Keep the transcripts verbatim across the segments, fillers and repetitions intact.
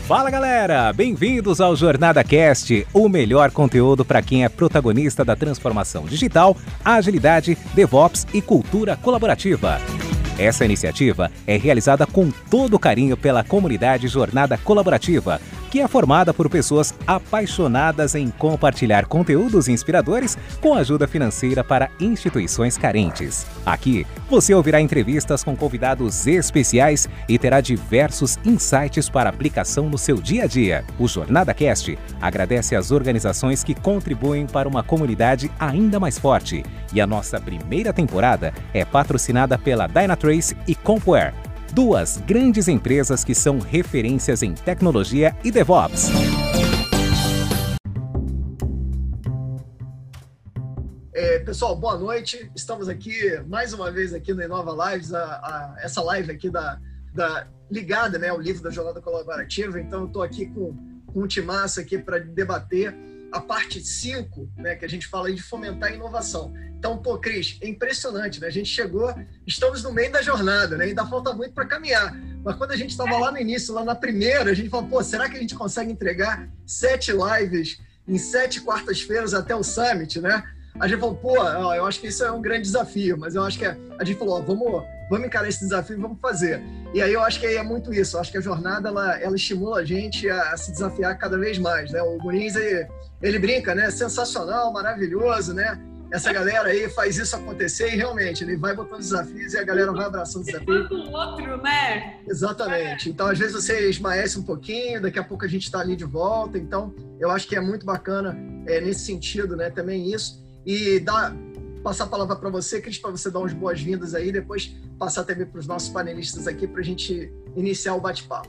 Fala galera, bem-vindos ao Jornada Cast, o melhor conteúdo para quem é protagonista da transformação digital, agilidade, DevOps e cultura colaborativa. Essa iniciativa é realizada com todo carinho pela comunidade Jornada Colaborativa, que é formada por pessoas apaixonadas em compartilhar conteúdos inspiradores com ajuda financeira para instituições carentes. Aqui, você ouvirá entrevistas com convidados especiais e terá diversos insights para aplicação no seu dia a dia. O Jornada Cast agradece às organizações que contribuem para uma comunidade ainda mais forte. E a nossa primeira temporada é patrocinada pela Dynatrace e Compware, duas grandes empresas que são referências em tecnologia e DevOps. É, pessoal, boa noite. Estamos aqui mais uma vez aqui no Inova Lives, a, a, essa live aqui da, da, ligada, né, ao livro da Jornada Colaborativa. Então, eu estou aqui com, com um timaço aqui para debater a parte cinco, né, que a gente fala aí de fomentar a inovação. Então, pô, Cris, é impressionante, né? A gente chegou, estamos no meio da jornada, né? Ainda falta muito para caminhar. Mas quando a gente estava lá no início, lá na primeira, a gente falou, pô, será que a gente consegue entregar sete lives em sete quartas-feiras até o Summit, né? A gente falou, pô, eu acho que isso é um grande desafio, mas eu acho que a gente falou, ó, vamos, vamos encarar esse desafio e vamos fazer. E aí eu acho que é muito isso. Eu acho que a jornada, ela, ela estimula a gente a, a se desafiar cada vez mais, né? O Muniz, ele, ele brinca, né? Sensacional, maravilhoso, né? Essa galera aí faz isso acontecer e realmente ele vai botando desafios e a galera vai abraçando desafios. Um outro, né? Exatamente. Então, às vezes você esmaece um pouquinho, daqui a pouco a gente está ali de volta. Então, eu acho que é muito bacana é, nesse sentido, né? Também isso. E dá, passar a palavra para você, Cris, para você dar umas boas-vindas aí, depois passar também para os nossos panelistas aqui para a gente iniciar o bate-papo.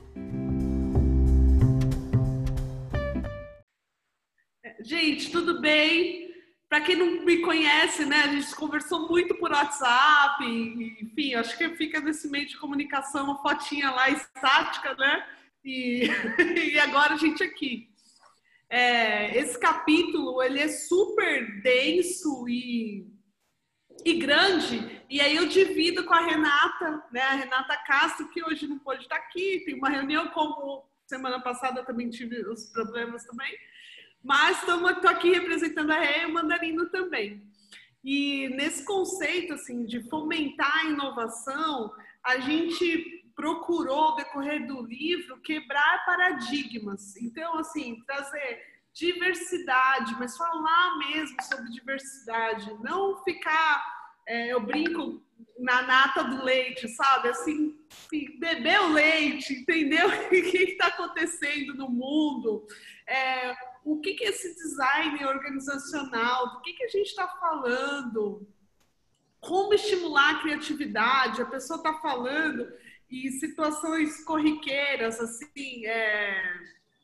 Gente, tudo bem? Para quem não me conhece, né, a gente conversou muito por WhatsApp, e, enfim, acho que fica nesse meio de comunicação, uma fotinha lá estática, né? E, e agora a gente aqui. É, esse capítulo, ele é super denso e, e grande, e aí eu divido com a Renata, né, a Renata Castro, que hoje não pôde estar aqui, tem uma reunião, como semana passada também tive os problemas também, mas estou aqui representando a Rê e o Mandarino também. E nesse conceito assim, de fomentar a inovação, a gente procurou, ao decorrer do livro, quebrar paradigmas. Então, assim, trazer diversidade, mas falar mesmo sobre diversidade. Não ficar, é, eu brinco, na nata do leite, sabe? Assim, beber o leite, entender o que está acontecendo no mundo. É, o que, que é esse design organizacional, do que, que a gente está falando, como estimular a criatividade, a pessoa está falando em situações corriqueiras, assim, é,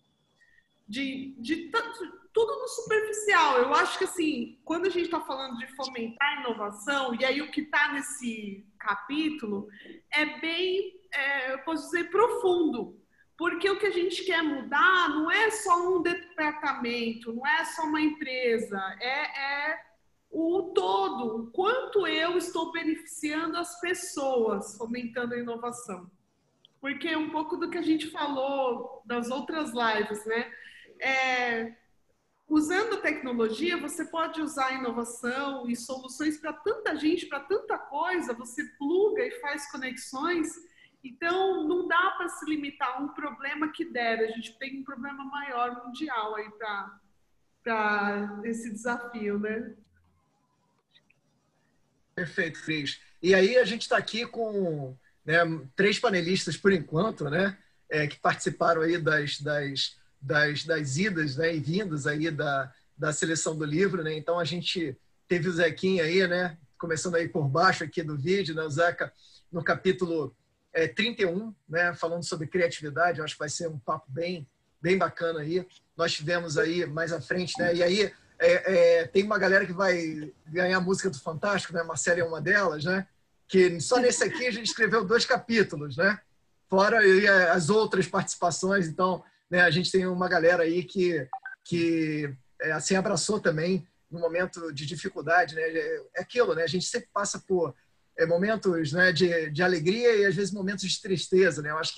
de, de tudo no superficial. Eu acho que, assim, quando a gente está falando de fomentar a inovação, e aí o que está nesse capítulo é bem, é, eu posso dizer, profundo. Porque o que a gente quer mudar não é só um departamento, não é só uma empresa, é, é o todo, o quanto eu estou beneficiando as pessoas, fomentando a inovação. Porque é um pouco do que a gente falou das outras lives, né? É, usando tecnologia, você pode usar inovação e soluções para tanta gente, para tanta coisa, você pluga e faz conexões. Então, não dá para se limitar a um problema que der. A gente tem um problema maior mundial aí para esse desafio, né? Perfeito, Cris. E aí a gente está aqui com, né, três panelistas por enquanto, né, é, que participaram aí das, das, das, das idas, né, e vindas aí da, da seleção do livro, né? Então a gente teve o Zequinha aí, né, começando aí por baixo aqui do vídeo, né, o Zeca no capítulo É, trinta e um, né, falando sobre criatividade. Eu acho que vai ser um papo bem, bem bacana aí. Nós tivemos aí mais à frente, né, e aí é, é, tem uma galera que vai ganhar a música do Fantástico, né, Marcela é uma delas, né, que só nesse aqui a gente escreveu dois capítulos, né, fora aí as outras participações. Então, né, a gente tem uma galera aí que, que é, assim, abraçou também no momento de dificuldade, né, é aquilo, né, a gente sempre passa por É, momentos, né, de, de alegria e às vezes momentos de tristeza, né? Eu acho que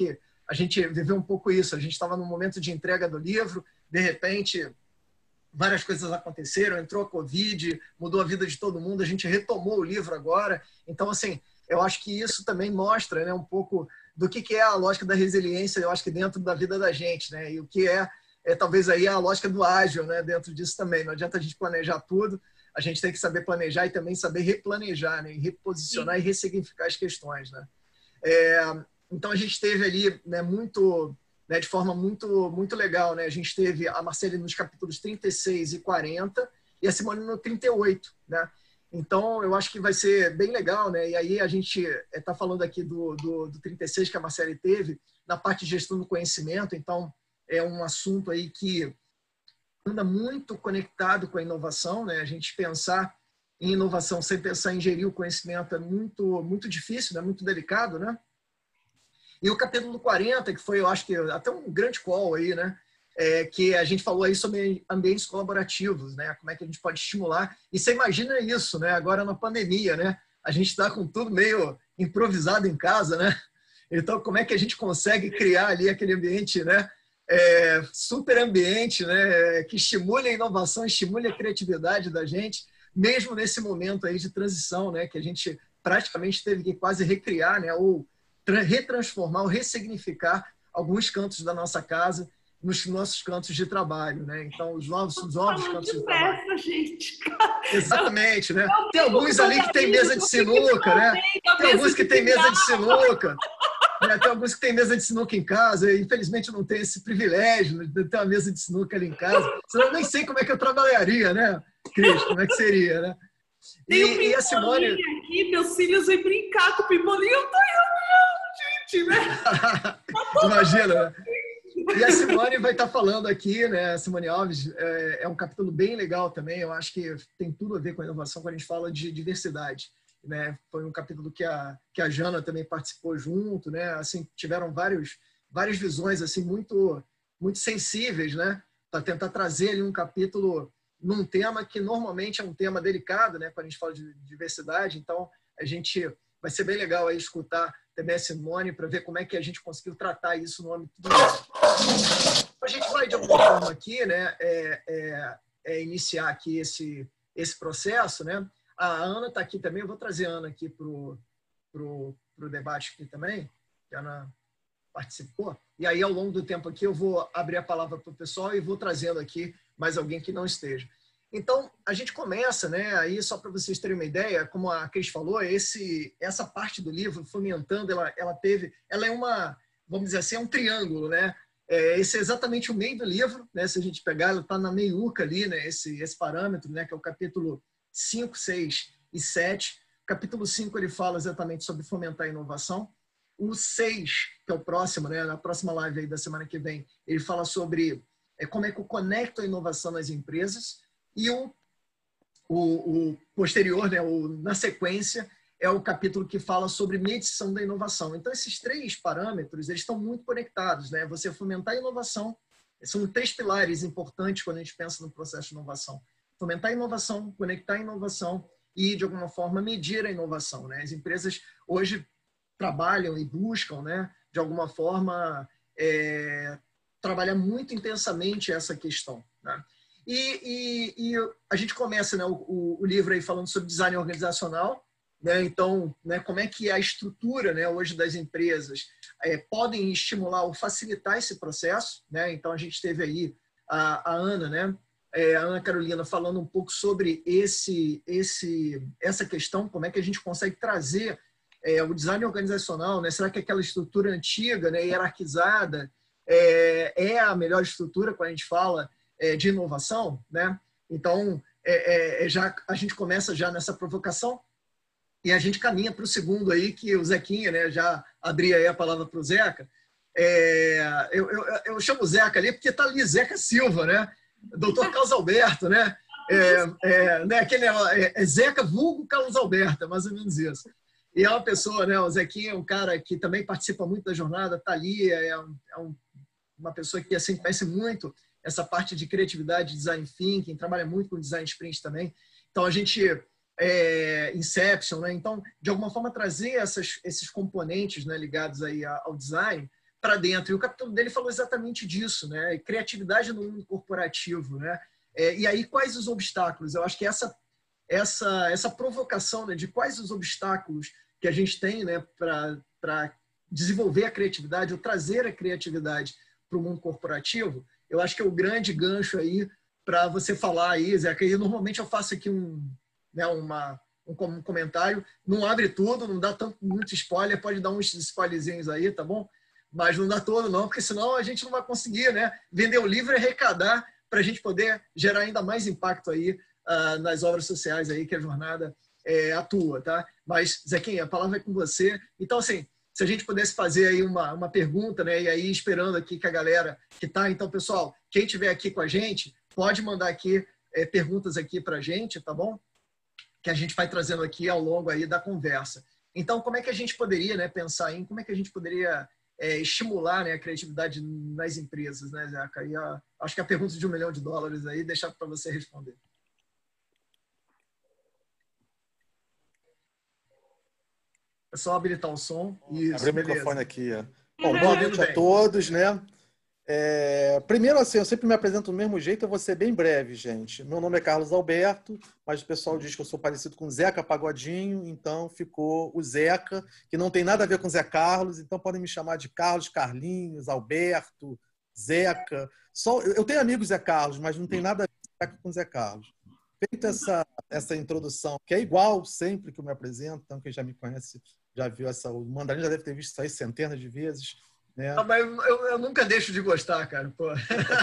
a gente viveu um pouco isso. A gente estava no momento de entrega do livro, de repente, várias coisas aconteceram, entrou a Covid, mudou a vida de todo mundo, a gente retomou o livro agora. Então, assim, eu acho que isso também mostra, né, um pouco do que, que é a lógica da resiliência, eu acho que dentro da vida da gente, né, e o que é, é talvez aí a lógica do ágil, né, dentro disso também. Não adianta a gente planejar tudo, a gente tem que saber planejar e também saber replanejar, né, e reposicionar Sim. e ressignificar as questões, né. É, então, a gente teve ali, né, muito, né, de forma muito, muito legal, né, a gente teve a Marcele nos capítulos trinta e seis e quarenta e a Simone no trinta e oito, né. Então, eu acho que vai ser bem legal, né? E aí a gente está falando aqui do, do, do trinta e seis que a Marcele teve, na parte de gestão do conhecimento. Então, é um assunto aí que anda muito conectado com a inovação, né? A gente pensar em inovação sem pensar em gerir o conhecimento é muito, muito difícil, né? Muito delicado, né? E o capítulo quarenta, que foi, eu acho que até um grande call aí, né? É, que a gente falou aí sobre ambientes colaborativos, né? Como é que a gente pode estimular. E você imagina isso, né? Agora na pandemia, né? A gente está com tudo meio improvisado em casa, né? Então, como é que a gente consegue criar ali aquele ambiente, né? É, super ambiente, né? Que estimule a inovação, estimule a criatividade da gente, mesmo nesse momento aí de transição, né? Que a gente praticamente teve que quase recriar, né? Ou retransformar, ou ressignificar alguns cantos da nossa casa nos nossos cantos de trabalho, né? Então, os novos, os novos cantos de, de trabalho. Festa, gente. Exatamente, né? Tem alguns ali que tem mesa de sinuca, né? Tem alguns que tem mesa de sinuca. Né? Tem alguns que tem mesa de sinuca em casa. Infelizmente, eu não tenho esse privilégio de ter uma mesa de sinuca ali em casa. Senão eu nem sei como é que eu trabalharia, né, Cris? Como é que seria, né? Tem e, um e a Simone aqui, meus filhos vêm brincar com o pimbolinho. Eu tô em reunião, gente, né? Imagina, né? E a Simone vai estar falando aqui, né? A Simone Alves, é, é um capítulo bem legal também. Eu acho que tem tudo a ver com a inovação quando a gente fala de diversidade, né? Foi um capítulo que a, que a Jana também participou junto, né? Assim, tiveram vários, várias visões assim, muito, muito sensíveis, né? Para tentar trazer ali um capítulo num tema que normalmente é um tema delicado, né? Quando a gente fala de diversidade. Então, a gente vai ser bem legal aí escutar também a Simone para ver como é que a gente conseguiu tratar isso no âmbito do A gente vai, de alguma forma, aqui, né, é, é, é iniciar aqui esse, esse processo, né? A Ana está aqui também, eu vou trazer a Ana aqui para o pro, pro debate aqui também, que a Ana participou. E aí, ao longo do tempo aqui, eu vou abrir a palavra para o pessoal e vou trazendo aqui mais alguém que não esteja. Então, a gente começa, né, aí só para vocês terem uma ideia, como a Cris falou, esse, essa parte do livro, Fomentando, ela, ela teve, ela é uma, vamos dizer assim, é um triângulo, né? É, esse é exatamente o meio do livro, né? Se a gente pegar, ela está na meiuca ali, né? Esse, esse parâmetro, né? Que é o capítulo cinco, seis e sete. O capítulo cinco, ele fala exatamente sobre fomentar a inovação. O seis, que é o próximo, né? Na próxima live aí da semana que vem, ele fala sobre é, como é que eu conecto a inovação nas empresas. E o, o, o posterior, né, o, na sequência, é o capítulo que fala sobre medição da inovação. Então, esses três parâmetros, eles estão muito conectados, né? Você fomentar a inovação, são três pilares importantes quando a gente pensa no processo de inovação. Fomentar a inovação, conectar a inovação e, de alguma forma, medir a inovação, né? As empresas hoje trabalham e buscam, né, de alguma forma, é, trabalhar muito intensamente essa questão, né? E, e, e a gente começa, né, o, o livro aí falando sobre design organizacional, né? Então, né, como é que a estrutura, né, hoje das empresas é, podem estimular ou facilitar esse processo, né? Então, a gente teve aí a, a Ana, né, é, a Ana Carolina falando um pouco sobre esse, esse, essa questão, como é que a gente consegue trazer é, o design organizacional, né? Será que aquela estrutura antiga, né, hierarquizada, é, é a melhor estrutura quando a gente fala de inovação, né? Então, é, é, já, a gente começa já nessa provocação e a gente caminha para o segundo aí, que o Zequinha, né, já abri aí a palavra para o Zeca. É, eu, eu, eu chamo o Zeca ali porque está ali Zeca Silva, né? doutor Carlos Alberto, né? É, é, né? Aquele, é, é Zeca vulgo Carlos Alberto, é mais ou menos isso. E é uma pessoa, né? O Zequinha é um cara que também participa muito da jornada, está ali, é, um, é um, uma pessoa que assim, conhece muito essa parte de criatividade, design thinking, trabalha muito com design sprint também. Então, a gente, é, Inception, né? Então, de alguma forma, trazer essas, esses componentes, né, ligados aí ao design para dentro. E o capítulo dele falou exatamente disso, né? Criatividade no mundo corporativo, né? É, e aí, quais os obstáculos? Eu acho que essa, essa, essa provocação, né, de quais os obstáculos que a gente tem, né, para desenvolver a criatividade ou trazer a criatividade para o mundo corporativo, eu acho que é o grande gancho aí para você falar aí, Zé, que normalmente eu faço aqui um, né, uma, um comentário, não abre tudo, não dá tanto, muito spoiler, pode dar uns spoilerzinhos aí, tá bom? Mas não dá todo não, porque senão a gente não vai conseguir, né, vender o livro e arrecadar para a gente poder gerar ainda mais impacto aí uh, nas obras sociais aí que a jornada é, atua, tá? Mas, Zequinha, a palavra é com você. Então, assim, se a gente pudesse fazer aí uma, uma pergunta, né, e aí esperando aqui que a galera que tá, então, pessoal, quem estiver aqui com a gente, pode mandar aqui é, perguntas aqui para a gente, tá bom? Que a gente vai trazendo aqui ao longo aí da conversa. Então, como é que a gente poderia, né, pensar em como é que a gente poderia É, estimular, né, a criatividade nas empresas, né, Zeca? E a, acho que a pergunta de um milhão de dólares aí, deixar para você responder. É só habilitar o som. Isso, abrir o beleza. microfone aqui. Bom, boa noite a todos, né? É, primeiro, assim, eu sempre me apresento do mesmo jeito, eu vou ser bem breve, gente. Meu nome é Carlos Alberto, mas o pessoal diz que eu sou parecido com Zeca Pagodinho, então ficou o Zeca, que não tem nada a ver com Zé Carlos, então podem me chamar de Carlos, Carlinhos, Alberto, Zeca. Só, eu tenho amigos Zé Carlos, mas não tem nada a ver com Zé Carlos. Feita essa, essa introdução, que é igual sempre que eu me apresento, então quem já me conhece já viu essa... O Mandarim já deve ter visto isso aí centenas de vezes. Né? Ah, mas eu, eu nunca deixo de gostar, cara. Pô.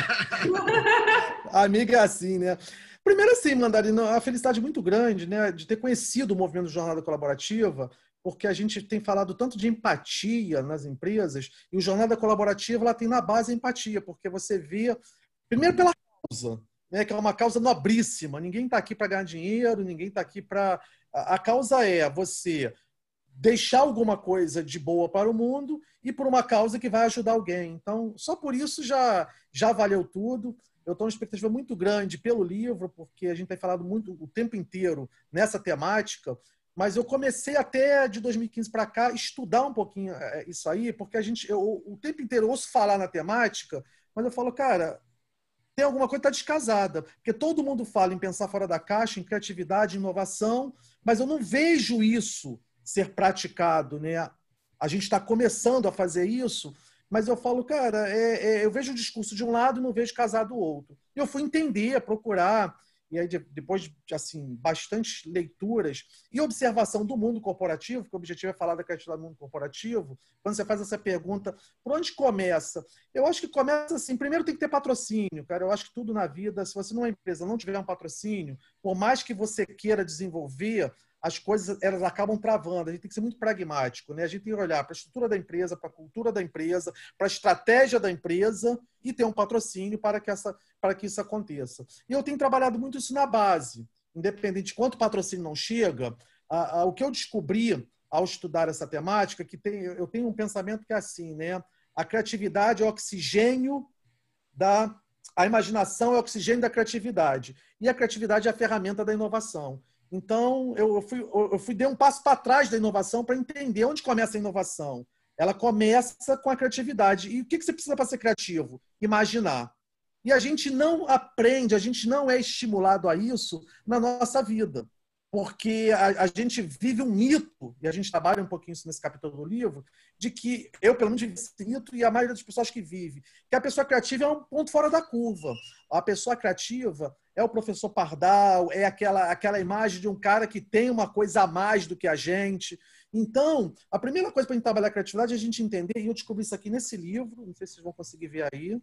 A amiga é assim, né? Primeiro, assim, Mandarino, a felicidade muito grande, né, de ter conhecido o movimento de jornada colaborativa, porque a gente tem falado tanto de empatia nas empresas, e o jornada colaborativa ela tem na base a empatia, porque você vê, primeiro pela causa, né, que é uma causa nobríssima. Ninguém está aqui para ganhar dinheiro, ninguém está aqui para... A causa é você deixar alguma coisa de boa para o mundo e por uma causa que vai ajudar alguém. Então, só por isso já, já valeu tudo. Eu estou numa expectativa muito grande pelo livro, porque a gente tem falado muito o tempo inteiro nessa temática, mas eu comecei até de dois mil e quinze para cá estudar um pouquinho isso aí, porque a gente, eu, o tempo inteiro eu ouço falar na temática, mas eu falo, cara, tem alguma coisa que está descasada, porque todo mundo fala em pensar fora da caixa, em criatividade, em inovação, mas eu não vejo isso ser praticado, né? A gente está começando a fazer isso, mas eu falo, cara, é, é, eu vejo o discurso de um lado e não vejo casar do outro. E eu fui entender, procurar, e aí depois de assim, bastantes leituras e observação do mundo corporativo, porque o objetivo é falar da criatividade do mundo corporativo, quando você faz essa pergunta, por onde começa? Eu acho que começa assim, primeiro tem que ter patrocínio, cara, eu acho que tudo na vida, se você numa empresa não tiver um patrocínio, por mais que você queira desenvolver, as coisas elas acabam travando. A gente tem que ser muito pragmático, né? A gente tem que olhar para a estrutura da empresa, para a cultura da empresa, para a estratégia da empresa e ter um patrocínio para que, essa, para que isso aconteça. E eu tenho trabalhado muito isso na base. Independente de quanto patrocínio não chega, a, a, o que eu descobri ao estudar essa temática, que tem, eu tenho um pensamento que é assim, né? A criatividade é o oxigênio da... A imaginação é o oxigênio da criatividade. E a criatividade é a ferramenta da inovação. Então, eu fui, eu fui dar um passo para trás da inovação para entender onde começa a inovação. Ela começa com a criatividade. E o que você precisa para ser criativo? Imaginar. E a gente não aprende, a gente não é estimulado a isso na nossa vida. Porque a, a gente vive um mito, e a gente trabalha um pouquinho isso nesse capítulo do livro, de que, eu pelo menos vivo esse mito, e a maioria das pessoas que vive, que a pessoa criativa é um ponto fora da curva. A pessoa criativa é o professor Pardal, é aquela, aquela imagem de um cara que tem uma coisa a mais do que a gente. Então, a primeira coisa para a gente trabalhar a criatividade é a gente entender, e eu descobri isso aqui nesse livro, não sei se vocês vão conseguir ver aí,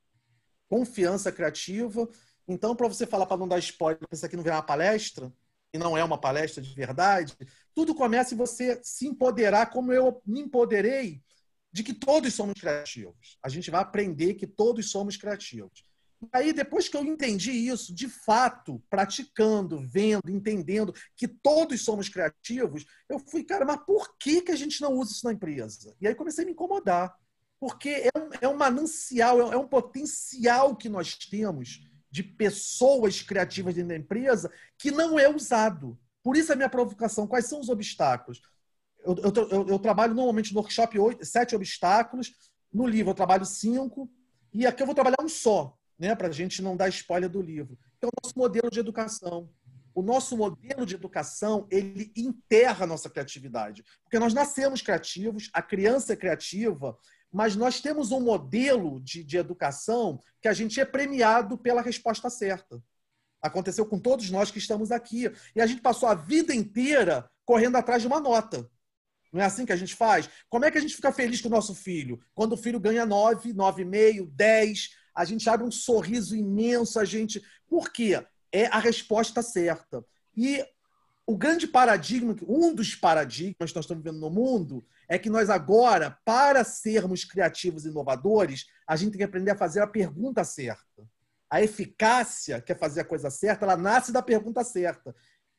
Confiança Criativa. Então, para você falar, para não dar spoiler, para isso aqui não virar uma palestra, e não é uma palestra de verdade, tudo começa em você se empoderar, como eu me empoderei, de que todos somos criativos. A gente vai aprender que todos somos criativos. E aí, depois que eu entendi isso, de fato, praticando, vendo, entendendo que todos somos criativos, eu fui, cara, mas por que, que a gente não usa isso na empresa? E aí comecei a me incomodar. Porque é um, é um manancial, é um potencial que nós temos de pessoas criativas dentro da empresa que não é usado. Por isso a minha provocação. Quais são os obstáculos? Eu, eu, eu, eu trabalho normalmente no workshop oito, sete obstáculos, No livro eu trabalho cinco, e aqui eu vou trabalhar um só, né, para a gente não dar spoiler do livro, que é o nosso modelo de educação. O nosso modelo de educação, ele enterra a nossa criatividade. Porque nós nascemos criativos, a criança é criativa, mas nós temos um modelo de, de educação que a gente é premiado pela resposta certa. Aconteceu com todos nós que estamos aqui. E a gente passou a vida inteira correndo atrás de uma nota. Não é assim que a gente faz? Como é que a gente fica feliz com o nosso filho? Quando o filho ganha nove, nove e meio, dez, a gente abre um sorriso imenso, a gente... Por quê? É a resposta certa. E o grande paradigma, um dos paradigmas que nós estamos vivendo no mundo, é que nós agora, para sermos criativos e inovadores, a gente tem que aprender a fazer a pergunta certa. A eficácia, que é fazer a coisa certa, ela nasce da pergunta certa.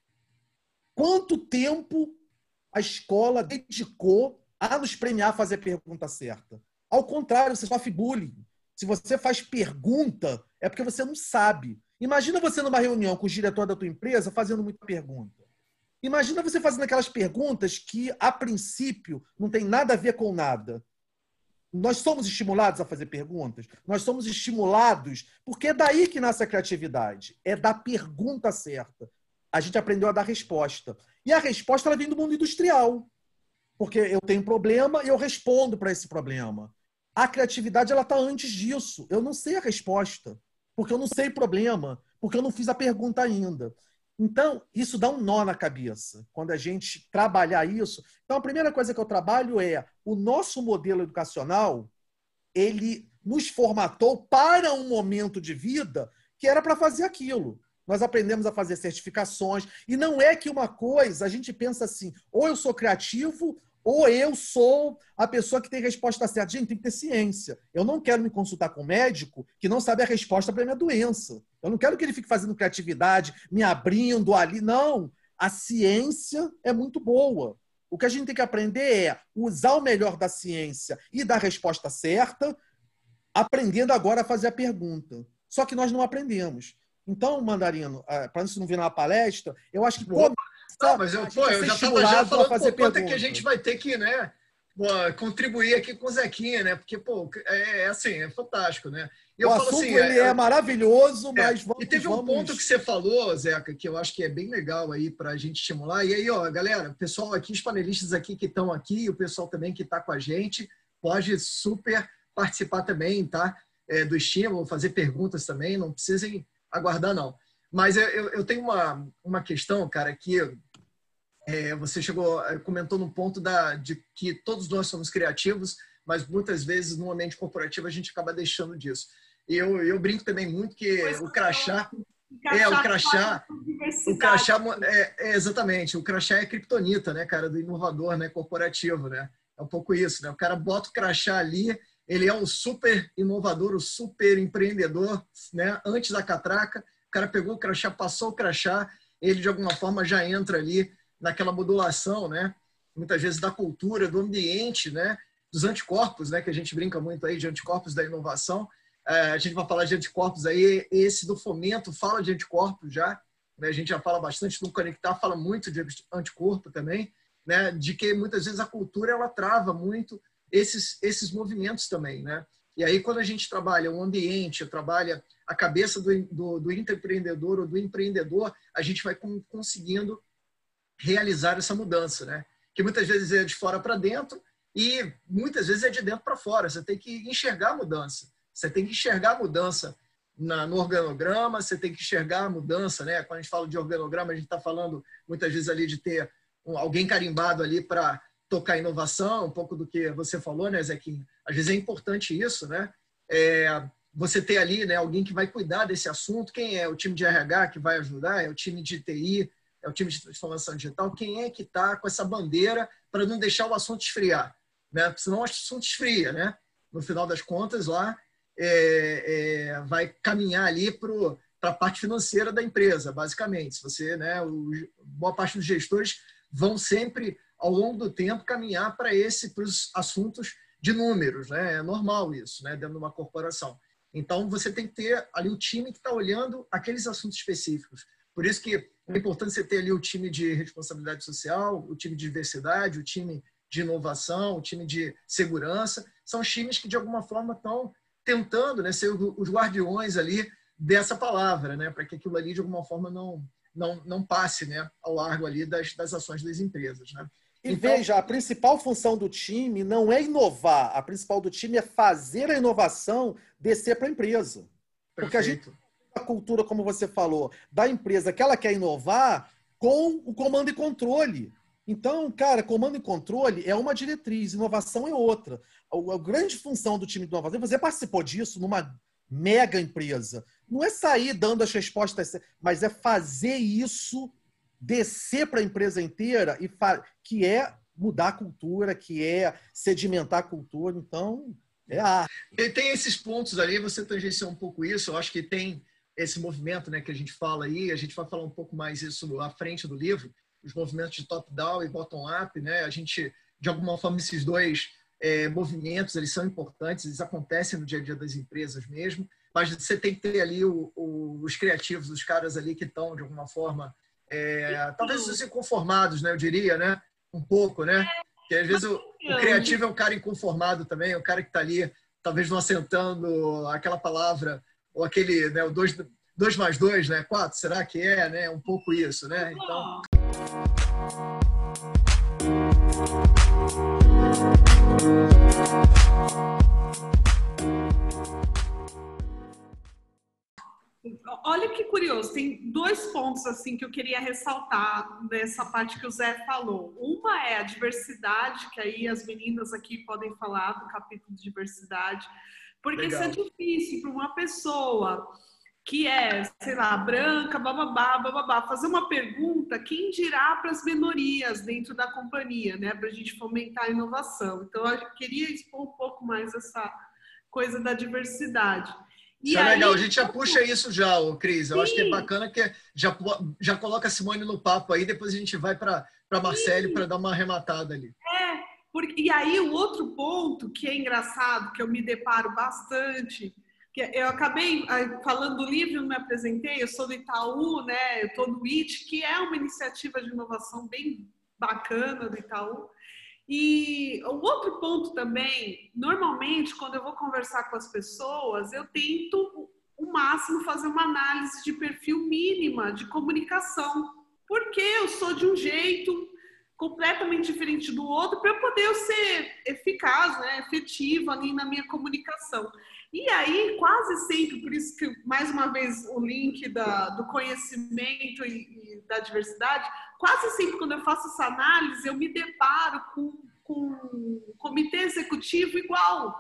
Quanto tempo a escola dedicou a nos premiar a fazer a pergunta certa? Ao contrário, você sofre bullying. Se você faz pergunta, é porque você não sabe. Imagina você numa reunião com o diretor da tua empresa fazendo muita pergunta. Imagina você fazendo aquelas perguntas que, a princípio, não tem nada a ver com nada. Nós somos estimulados a fazer perguntas. Nós somos estimulados porque é daí que nasce a criatividade. É da pergunta certa. A gente aprendeu a dar resposta. E a resposta ela vem do mundo industrial. Porque eu tenho um problema e eu respondo para esse problema. A criatividade ela está antes disso. Eu não sei a resposta. Porque eu não sei o problema. Porque eu não fiz a pergunta ainda. Então, isso dá um nó na cabeça, quando a gente trabalhar isso. Então, a primeira coisa que eu trabalho é o nosso modelo educacional, ele nos formatou para um momento de vida que era para fazer aquilo. Nós aprendemos a fazer certificações, e não é que uma coisa, a gente pensa assim, ou eu sou criativo, ou eu sou a pessoa que tem resposta certa. Gente, tem que ter ciência. Eu não quero me consultar com um médico que não sabe a resposta para a minha doença. Eu não quero que ele fique fazendo criatividade, me abrindo ali. Não. A ciência é muito boa. O que a gente tem que aprender é usar o melhor da ciência e da resposta certa, aprendendo agora a fazer a pergunta. Só que nós não aprendemos. Então, Mandarino, para isso não vir na palestra, eu acho que... Pô, não, mas eu, pô, eu já estava já falando fazer pô, quanto é que a gente vai ter que, né, pô, contribuir aqui com o Zequinha, né? Porque, pô, é, é assim, é fantástico, né? E eu o falo assunto assim, ele é, é maravilhoso, mas é, vamos... E teve um vamos... ponto que você falou, Zeca, que eu acho que é bem legal aí para a gente estimular. E aí, ó, galera, o pessoal aqui, os panelistas aqui que estão aqui, o pessoal também que está com a gente, pode super participar também, tá? É, do estímulo, fazer perguntas também, não precisem aguardar, não. Mas eu, eu tenho uma, uma questão, cara, que é, você chegou, comentou no ponto da, de que todos nós somos criativos, mas muitas vezes no ambiente corporativo a gente acaba deixando disso. E eu, eu brinco também muito que pois o crachá... É, o crachá... O crachá é, é, exatamente, o crachá é criptonita, né, cara, do inovador, né, corporativo, né? É um pouco isso, né? O cara bota o crachá ali, ele é um super inovador, o super empreendedor, né? Antes da catraca, o cara pegou o crachá, passou o crachá, ele de alguma forma já entra ali naquela modulação, né? Muitas vezes da cultura, do ambiente, né? Dos anticorpos, né? Que a gente brinca muito aí de anticorpos da inovação. É, a gente vai falar de anticorpos aí, esse do fomento fala de anticorpos já, né? A gente já fala bastante do Conectar, fala muito de anticorpo também, né? De que muitas vezes a cultura ela trava muito esses, esses movimentos também, né? E aí quando a gente trabalha o ambiente, trabalha a cabeça do, do, do intraempreendedor ou do empreendedor, a gente vai conseguindo realizar essa mudança, né? Que muitas vezes é de fora para dentro e muitas vezes é de dentro para fora. Você tem que enxergar a mudança. Você tem que enxergar a mudança na, no organograma, você tem que enxergar a mudança, né? Quando a gente fala de organograma, a gente está falando muitas vezes ali de ter um, alguém carimbado ali para tocar inovação, um pouco do que você falou, né, Zequinha? Às vezes é importante isso, né? É, você ter ali, né, alguém que vai cuidar desse assunto. Quem é? O time de R H que vai ajudar? É o time de T I? É o time de transformação digital? Quem é que está com essa bandeira para não deixar o assunto esfriar? Né? Porque senão o assunto esfria, né? No final das contas, lá é, é, vai caminhar ali para a parte financeira da empresa, basicamente. Se você, né, o, boa parte dos gestores vão sempre, ao longo do tempo, caminhar para esse, para os assuntos de números, né? É normal isso, né? Dentro de uma corporação. Então, você tem que ter ali o time que está olhando aqueles assuntos específicos. Por isso que é importante você ter ali o time de responsabilidade social, o time de diversidade, o time de inovação, o time de segurança, são os times que, de alguma forma, estão tentando, né, ser os guardiões ali dessa palavra, né, para que aquilo ali, de alguma forma, não, não, não passe, né, ao largo ali das, das ações das empresas. Né? E então, veja, a principal função do time não é inovar, a principal do time é fazer a inovação descer para a empresa. Porque perfeito. a gente a cultura, como você falou, da empresa que ela quer inovar com o comando e controle. Então, cara, comando e controle é uma diretriz, inovação é outra. A, a grande função do time de inovação, você participou disso numa mega empresa, não é sair dando as respostas, mas é fazer isso descer para a empresa inteira, e que é mudar a cultura, que é sedimentar a cultura. Então, é a... E tem esses pontos ali, você tangenciou um pouco isso, eu acho que tem esse movimento, né, que a gente fala aí, a gente vai falar um pouco mais isso à frente do livro, os movimentos de top-down e bottom-up, né, a gente, de alguma forma, esses dois é, movimentos, eles são importantes, eles acontecem no dia a dia das empresas mesmo, mas você tem que ter ali o, o, os criativos, os caras ali que estão, de alguma forma, é, talvez os inconformados, né, eu diria, né, um pouco, né, porque às vezes o, o criativo é um cara inconformado também, é um cara que está ali, talvez não assentando aquela palavra, ou aquele, né, o dois, dois mais dois, né, quatro, será que é, né, um pouco isso, né, então... Olha que curioso, tem dois pontos assim que eu queria ressaltar dessa parte que o Zé falou. Uma é a diversidade, que aí as meninas aqui podem falar do capítulo de diversidade, porque Legal. isso é difícil para uma pessoa que é, sei lá, branca, bababá, bababá, fazer uma pergunta, quem dirá para as minorias dentro da companhia, né, para a gente fomentar a inovação. Então, eu queria expor um pouco mais essa coisa da diversidade. E isso aí, é legal, a gente já puxa isso já, ô, Cris. Eu sim. acho que é bacana que já, já coloca a Simone no papo aí, depois a gente vai para a Marcele para dar uma arrematada ali. É, porque, e aí o outro ponto que é engraçado, que eu me deparo bastante, que eu acabei falando do livro, não me apresentei, eu sou do Itaú, né? Eu estou no I T, que é uma iniciativa de inovação bem bacana do Itaú. E o outro ponto também, normalmente, quando eu vou conversar com as pessoas, eu tento, o máximo, fazer uma análise de perfil mínima de comunicação. Porque eu sou de um jeito completamente diferente do outro, para eu poder ser eficaz, né, efetivo ali na minha comunicação. E aí, quase sempre, por isso que, mais uma vez, o link da, do conhecimento e, e da diversidade, quase sempre, quando eu faço essa análise, eu me deparo com, com um comitê executivo igual.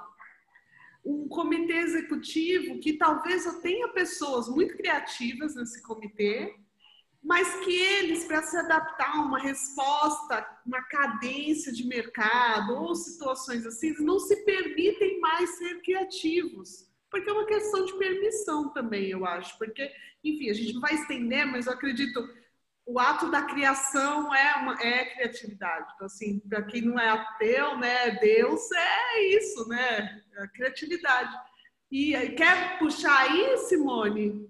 Um comitê executivo que talvez eu tenha pessoas muito criativas nesse comitê, mas que eles, para se adaptar a uma resposta, uma cadência de mercado ou situações assim, não se permitem mais ser criativos. Porque é uma questão de permissão também, eu acho. Porque, enfim, a gente não vai estender, mas eu acredito, o ato da criação é, uma, é criatividade. Então, assim, para quem não é ateu, né, Deus é isso, né? A criatividade. E quer puxar aí, Simone?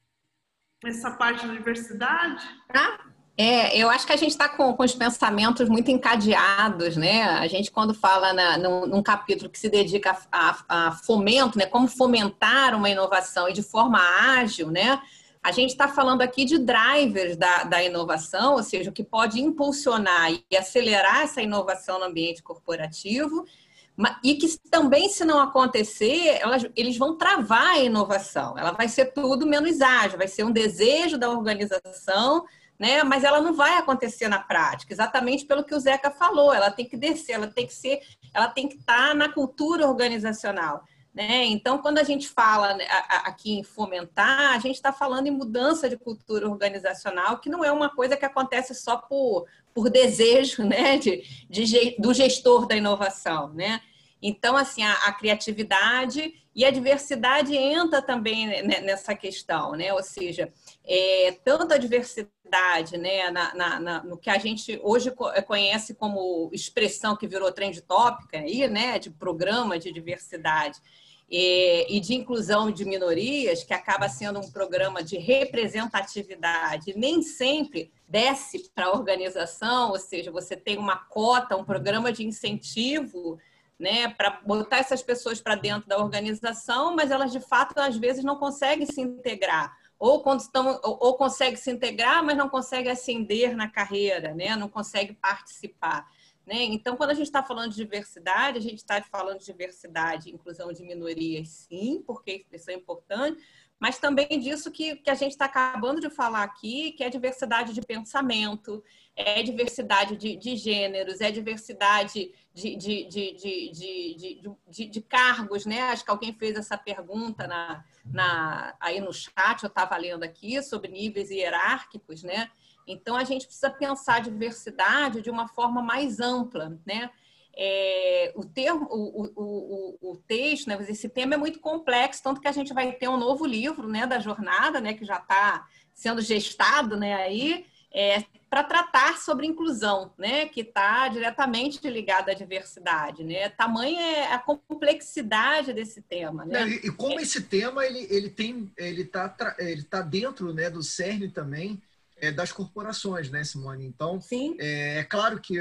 Essa parte da diversidade? Ah, é, eu acho que a gente está com, com os pensamentos muito encadeados, né? A gente, quando fala na, num, num capítulo que se dedica a, a, a fomento, né? Como fomentar uma inovação e de forma ágil, né? A gente está falando aqui de drivers da, da inovação, ou seja, o que pode impulsionar e acelerar essa inovação no ambiente corporativo, e que também, se não acontecer, elas, eles vão travar a inovação. Ela vai ser tudo menos ágil, vai ser um desejo da organização, né? Mas ela não vai acontecer na prática, exatamente pelo que o Zeca falou. Ela tem que descer, ela tem que ser, ela tem que estar na cultura organizacional, né? Então, quando a gente fala aqui em fomentar, a gente está falando em mudança de cultura organizacional, que não é uma coisa que acontece só por, por desejo, né? de, de, do gestor da inovação, né? Então, assim, a, a criatividade e a diversidade entra também nessa questão, né? Ou seja, é, tanto a diversidade, né, na, na, na, no que a gente hoje conhece como expressão que virou trend tópica, aí, né, de programa de diversidade, e de inclusão de minorias, que acaba sendo um programa de representatividade, nem sempre desce para a organização, ou seja, você tem uma cota, um programa de incentivo, né, para botar essas pessoas para dentro da organização, mas elas, de fato, às vezes não conseguem se integrar. Ou, quando estão, ou, ou conseguem se integrar, mas não conseguem ascender na carreira, né, não conseguem participar. Né? Então, quando a gente está falando de diversidade, a gente está falando de diversidade e inclusão de minorias, sim, porque isso é importante, mas também disso que, que a gente está acabando de falar aqui, que é diversidade de pensamento, é diversidade de, de gêneros, é diversidade de, de, de, de, de, de, de cargos, né? Acho que alguém fez essa pergunta na, na, aí no chat, eu estava lendo aqui, sobre níveis hierárquicos, né? Então, a gente precisa pensar a diversidade de uma forma mais ampla, né? É, o, termo, o, o, o, o texto, né, esse tema é muito complexo, tanto que a gente vai ter um novo livro, né, da jornada, né, que já está sendo gestado, né, aí, é, para tratar sobre inclusão, né, que está diretamente ligada à diversidade, né? Tamanha é a complexidade desse tema, né? E, e como é. esse tema ele ele tem ele está ele tá dentro, né, do cerne também é, das corporações, né, Simone? Então, Sim. É, é claro que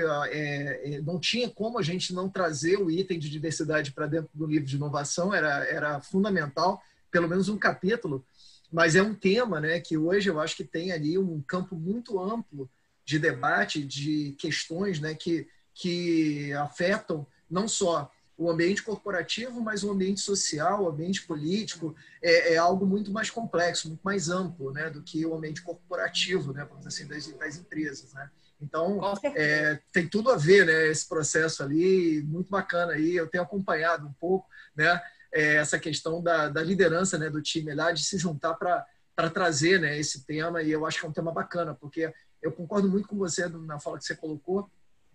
é, não tinha como a gente não trazer o item de diversidade para dentro do livro de inovação, era, era fundamental, pelo menos um capítulo, mas é um tema, né, que hoje eu acho que tem ali um campo muito amplo de debate, de questões, né, que, que afetam não só o ambiente corporativo, mas o ambiente social, o ambiente político, é, é algo muito mais complexo, muito mais amplo, né, do que o ambiente corporativo, né, vamos dizer assim, das, das empresas, né? Então, é, tem tudo a ver, né, esse processo ali, muito bacana aí, eu tenho acompanhado um pouco, né, é, essa questão da, da liderança, né, do time lá, de se juntar para para trazer, né, esse tema, e eu acho que é um tema bacana, porque eu concordo muito com você na fala que você colocou,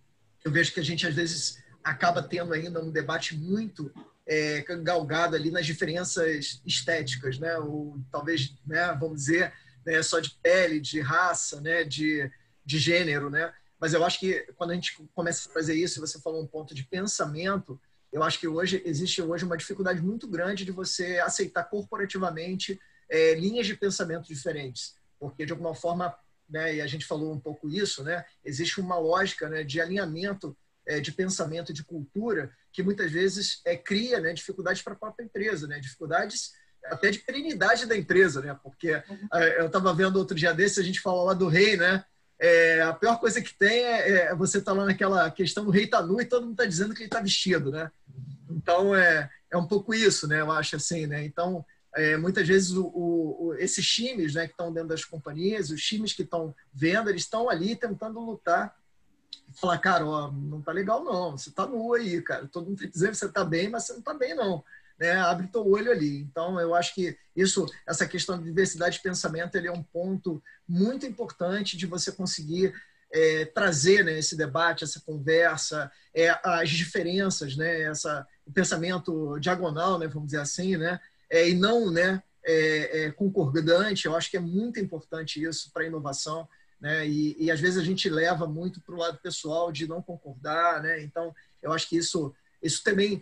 eu vejo que a gente, às vezes, acaba tendo ainda um debate muito é, galgado ali nas diferenças estéticas, né? Ou talvez, né, vamos dizer, né, só de pele, de raça, né, de, de gênero, né? Mas eu acho que quando a gente começa a fazer isso, você falou um ponto de pensamento, eu acho que hoje existe hoje uma dificuldade muito grande de você aceitar corporativamente é, linhas de pensamento diferentes, porque de alguma forma, né, e a gente falou um pouco isso, né, existe uma lógica, né, de alinhamento de pensamento, de cultura, que muitas vezes é, cria, né, dificuldades para a própria empresa, né, dificuldades até de perenidade da empresa, né, porque uhum. eu estava vendo outro dia desse, a gente fala lá do rei, né, é, a pior coisa que tem é, é você estar tá lá naquela questão do rei tá nu e todo mundo está dizendo que ele está vestido, né, então é, é um pouco isso, né, eu acho assim, né, então é, muitas vezes o, o, esses times, né, que estão dentro das companhias, os times que estão vendo, eles estão ali tentando lutar falar, cara, ó, não tá legal não, você tá nu aí, cara, todo mundo tá dizendo que você tá bem, mas você não tá bem não, né, abre teu olho ali. Então, eu acho que isso, essa questão de diversidade de pensamento, ele é um ponto muito importante de você conseguir é, trazer, né, esse debate, essa conversa, é, as diferenças, né, essa, o pensamento diagonal, né, vamos dizer assim, né, é, e não, né, é, é, concordante. Eu acho que é muito importante isso para a inovação. Né? E, e às vezes a gente leva muito para o lado pessoal de não concordar, né? Então eu acho que isso, isso também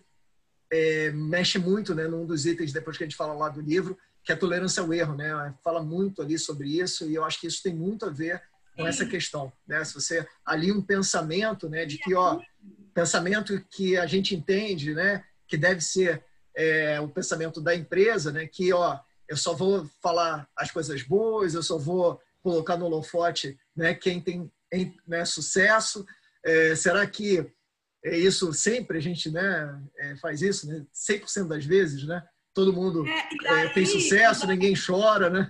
é, mexe muito, né, num dos itens depois que a gente fala lá do livro, que é a tolerância ao erro, né? Fala muito ali sobre isso e eu acho que isso tem muito a ver com Sim. essa questão, né? Se você alia um pensamento, né, de que ó, pensamento que a gente entende, né, que deve ser é, o pensamento da empresa, né, que ó, eu só vou falar as coisas boas, eu só vou colocar no holofote, né, quem tem, né, sucesso. É, será que é isso sempre a gente, né, é, faz isso, né, cem por cento das vezes, né? Todo mundo é, aí, tem sucesso, daí, ninguém chora, né?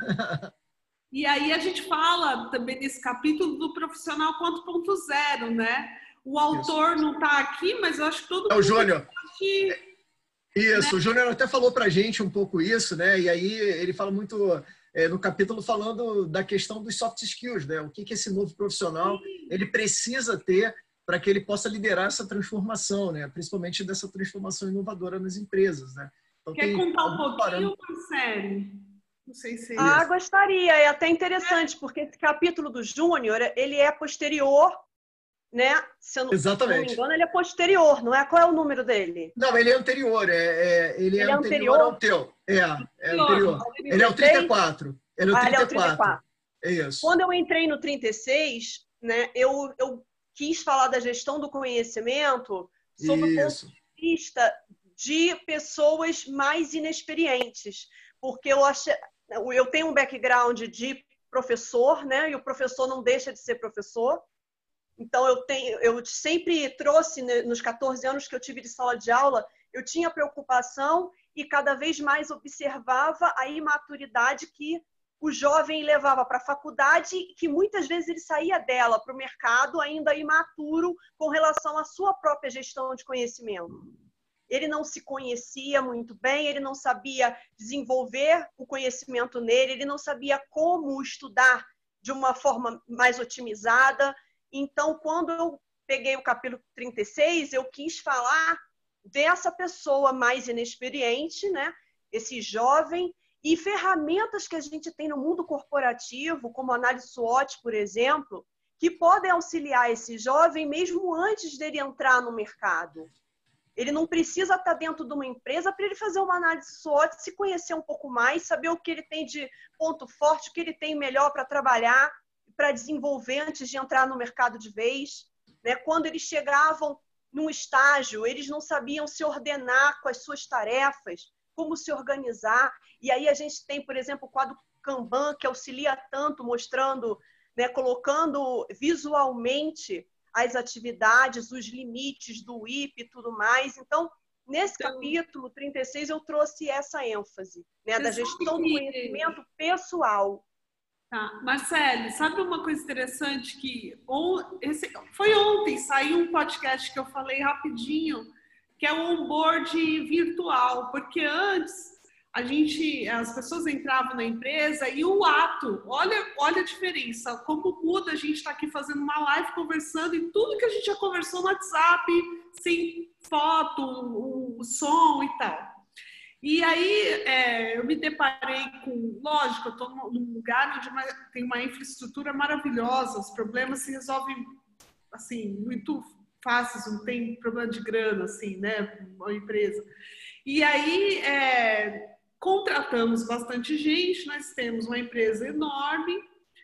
E aí a gente fala também nesse capítulo do profissional quatro ponto zero, né? O autor isso. não está aqui, mas eu acho que todo é mundo... É o Júnior. Aqui, isso, né? O Júnior até falou para a gente um pouco isso, né? E aí ele fala muito... É, no capítulo falando da questão dos soft skills, né? O que, que esse novo profissional ele precisa ter para que ele possa liderar essa transformação, né? Principalmente dessa transformação inovadora nas empresas, né? Então, quer contar um pouquinho, Marcelo? Não sei se... Ah, gostaria. É até interessante, é. porque esse capítulo do Júnior, ele é posterior, né? Se eu não, Exatamente. Se não me engano, ele é posterior, não é? Qual é o número dele? Não, ele é anterior. É, é, ele, ele é, é anterior, anterior ao teu. É, é anterior. Ele é o trinta e quatro. Ele é o ah, trinta e quatro. Ele é o trinta e quatro. É isso. Quando eu entrei no trinta e seis, né, eu, eu quis falar da gestão do conhecimento sob o ponto, vista de pessoas mais inexperientes, porque eu acho, eu tenho um background de professor, né? E o professor não deixa de ser professor. Então eu tenho, eu sempre trouxe, né, nos quatorze anos que eu tive de sala de aula, eu tinha preocupação e cada vez mais observava a imaturidade que o jovem levava para a faculdade, que muitas vezes ele saía dela para o mercado ainda imaturo com relação à sua própria gestão de conhecimento. Ele não se conhecia muito bem, ele não sabia desenvolver o conhecimento nele, ele não sabia como estudar de uma forma mais otimizada. Então, quando eu peguei o capítulo trinta e seis, eu quis falar dessa pessoa mais inexperiente, né? Esse jovem, e ferramentas que a gente tem no mundo corporativo, como análise SWOT, por exemplo, que podem auxiliar esse jovem mesmo antes dele entrar no mercado. Ele não precisa estar dentro de uma empresa para ele fazer uma análise SWOT, se conhecer um pouco mais, saber o que ele tem de ponto forte, o que ele tem melhor para trabalhar, para desenvolver antes de entrar no mercado de vez. Né? Quando eles chegavam num estágio, eles não sabiam se ordenar com as suas tarefas, como se organizar. E aí a gente tem, por exemplo, o quadro Kanban, que auxilia tanto, mostrando, né, colocando visualmente as atividades, os limites do I P e tudo mais. Então, nesse então, capítulo trinta e seis, eu trouxe essa ênfase, né, da gestão do conhecimento pessoal. Tá. Marcelo, sabe uma coisa interessante que on, esse, foi ontem, saiu um podcast que eu falei rapidinho, que é o onboard virtual, porque antes a gente, as pessoas entravam na empresa e o ato, olha, olha a diferença, como muda, a gente está aqui fazendo uma live conversando e tudo que a gente já conversou no WhatsApp, sem foto, o, o som e tal. E aí é, eu me deparei com, lógico, eu estou num lugar onde uma, tem uma infraestrutura maravilhosa, os problemas se resolvem assim, muito fáceis, não tem problema de grana, assim, né, uma empresa. E aí é, contratamos bastante gente, nós temos uma empresa enorme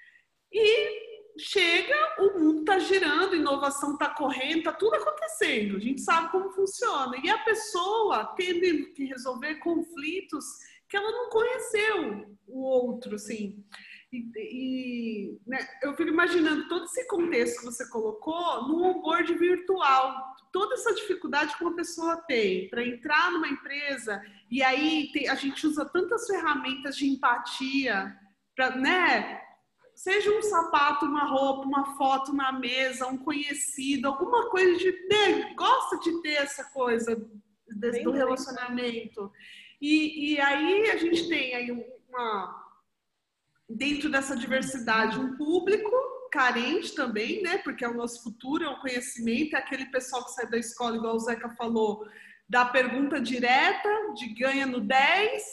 e chega, o mundo está girando, inovação está correndo, está tudo acontecendo, a gente sabe como funciona. E a pessoa tendo que resolver conflitos que ela não conheceu o outro, assim. E, e né, eu fico imaginando todo esse contexto que você colocou no onboard virtual, toda essa dificuldade que uma pessoa tem para entrar numa empresa, e aí tem, a gente usa tantas ferramentas de empatia, pra, né? Seja um sapato, uma roupa, uma foto na mesa, um conhecido, alguma coisa de ter, gosta de ter essa coisa desse, do relacionamento. E, e aí a gente tem aí uma, dentro dessa diversidade, um público carente também, né? Porque é o nosso futuro, é o conhecimento, é aquele pessoal que sai da escola, igual o Zeca falou, da pergunta direta, de ganha no dez,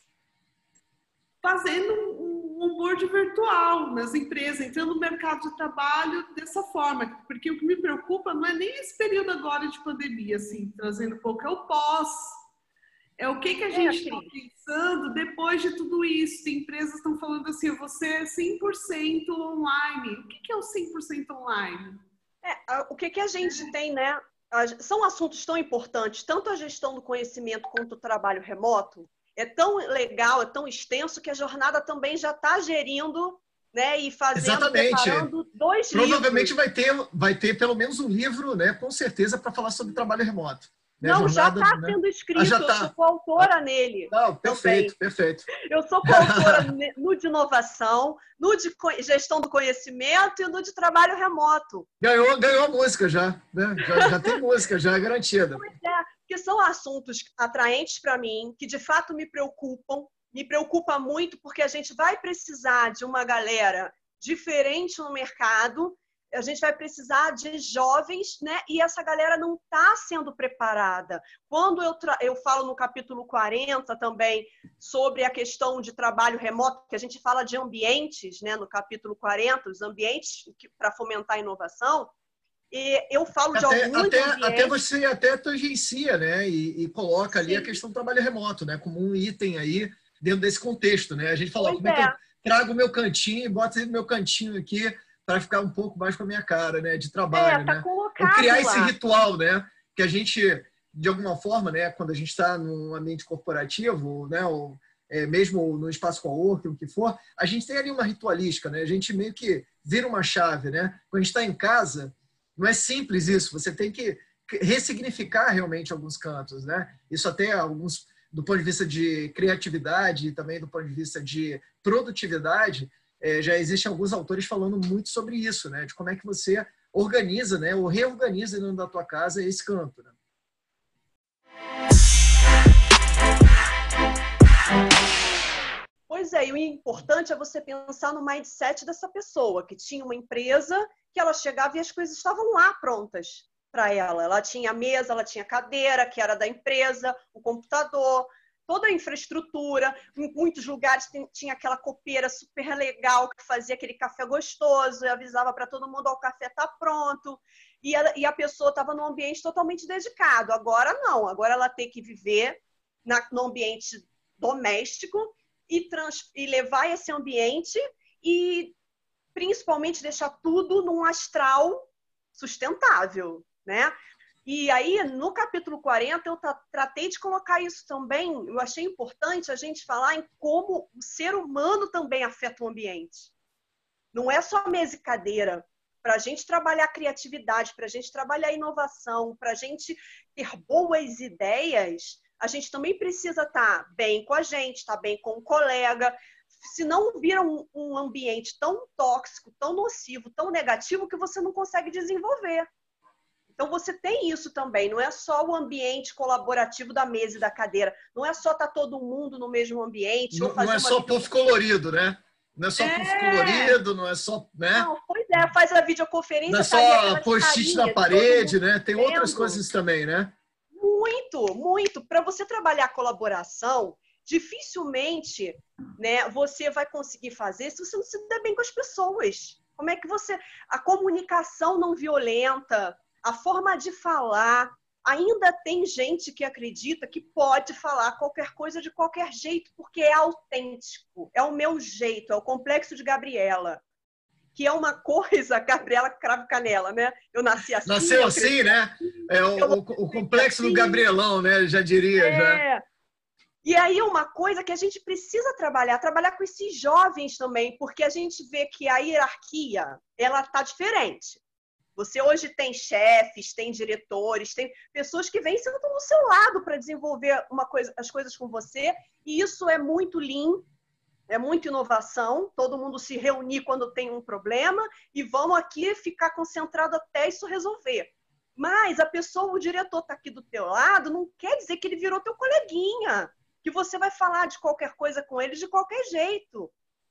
fazendo um onboard virtual nas empresas, entrando no mercado de trabalho dessa forma, porque o que me preocupa não é nem esse período agora de pandemia, assim, trazendo um pouco, é o pós, é o que, que a gente está é, pensando depois de tudo isso. Tem empresas que estão falando assim, você é cem por cento online. O que, que é o cem por cento online? É, o que, que a gente tem, né? São assuntos tão importantes, tanto a gestão do conhecimento quanto o trabalho remoto. É tão legal, é tão extenso que a jornada também já está gerindo, né, e fazendo, exatamente, preparando dois provavelmente livros. vai ter, vai ter pelo menos um livro, né, com certeza, para falar sobre trabalho remoto. Né? Não, jornada, já está né? sendo escrito, ah, já eu tá. sou coautora ah, nele. Não, perfeito, também. perfeito. Eu sou coautora no de inovação, no de gestão do conhecimento e no de trabalho remoto. Ganhou, ganhou a música já, né? já, já tem música, já é garantida. Pois é, que são assuntos atraentes para mim, que de fato me preocupam, me preocupa muito, porque a gente vai precisar de uma galera diferente no mercado, a gente vai precisar de jovens, né? E essa galera não está sendo preparada. Quando eu, eu falo no capítulo quarenta também sobre a questão de trabalho remoto, que a gente fala de ambientes, né? No capítulo quarenta, os ambientes para fomentar a inovação, e eu falo de até, alguns até, ambientes... Até você até tangencia, né? E, e coloca ali Sim. a questão do trabalho remoto, né? Como um item aí dentro desse contexto, né? A gente falou, como é que eu trago o meu cantinho e boto o meu cantinho aqui para ficar um pouco mais com a minha cara, né? De trabalho, é, tá né? colocado Ou criar lá. esse ritual, né? Que a gente de alguma forma, né, quando a gente está num ambiente corporativo, né, ou é, mesmo no espaço coworking, o que for, a gente tem ali uma ritualística, né? A gente meio que vira uma chave, né? Quando a gente está em casa, não é simples isso. Você tem que ressignificar realmente alguns cantos, né? Isso até alguns, do ponto de vista de criatividade e também do ponto de vista de produtividade, é, já existem alguns autores falando muito sobre isso, né? De como é que você organiza, né? Ou reorganiza dentro da tua casa esse canto, né? Pois é, e o importante é você pensar no mindset dessa pessoa, que tinha uma empresa, que ela chegava e as coisas estavam lá prontas para ela. Ela tinha a mesa, ela tinha a cadeira, que era da empresa, o computador, toda a infraestrutura. Em muitos lugares tinha aquela copeira super legal que fazia aquele café gostoso e avisava para todo mundo: ó, o café está pronto. E a, e a pessoa estava num ambiente totalmente dedicado. Agora não, agora ela tem que viver na, no ambiente doméstico e, trans, e levar esse ambiente e principalmente deixar tudo num astral sustentável, né? E aí, no capítulo quarenta, eu tratei de colocar isso também. Eu achei importante a gente falar em como o ser humano também afeta o ambiente. Não é só mesa e cadeira. Para a gente trabalhar criatividade, para a gente trabalhar inovação, para a gente ter boas ideias, a gente também precisa estar bem com a gente, estar bem com o colega. Se não vira um, um ambiente tão tóxico, tão nocivo, tão negativo, que você não consegue desenvolver. Então, você tem isso também. Não é só o ambiente colaborativo da mesa e da cadeira. Não é só estar todo mundo no mesmo ambiente. Não, não é só puff colorido, né? Não é só é... puff colorido, não é só... Né? Não, pois é, faz a videoconferência. Não é só post-it na parede, né? Tem vendo. Outras coisas também, né? Muito, muito. Para você trabalhar colaboração, dificilmente, né, você vai conseguir fazer se você não se der bem com as pessoas. Como é que você... A comunicação não violenta, a forma de falar... Ainda tem gente que acredita que pode falar qualquer coisa de qualquer jeito, porque é autêntico, é o meu jeito, é o complexo de Gabriela. Que é uma coisa, Gabriela Cravo Canela, né? Eu nasci assim. Nasceu assim, né? É o, o, o complexo assim. Do Gabrielão, né? Já diria, é. já. E aí uma coisa que a gente precisa trabalhar, trabalhar com esses jovens também, porque a gente vê que a hierarquia, ela tá diferente. Você hoje tem chefes, tem diretores, tem pessoas que vêm sentam do seu lado para desenvolver uma coisa, as coisas com você, e isso é muito lean, é muita inovação, todo mundo se reunir quando tem um problema e vamos aqui ficar concentrado até isso resolver. Mas a pessoa, o diretor está aqui do teu lado, não quer dizer que ele virou teu coleguinha, que você vai falar de qualquer coisa com ele de qualquer jeito.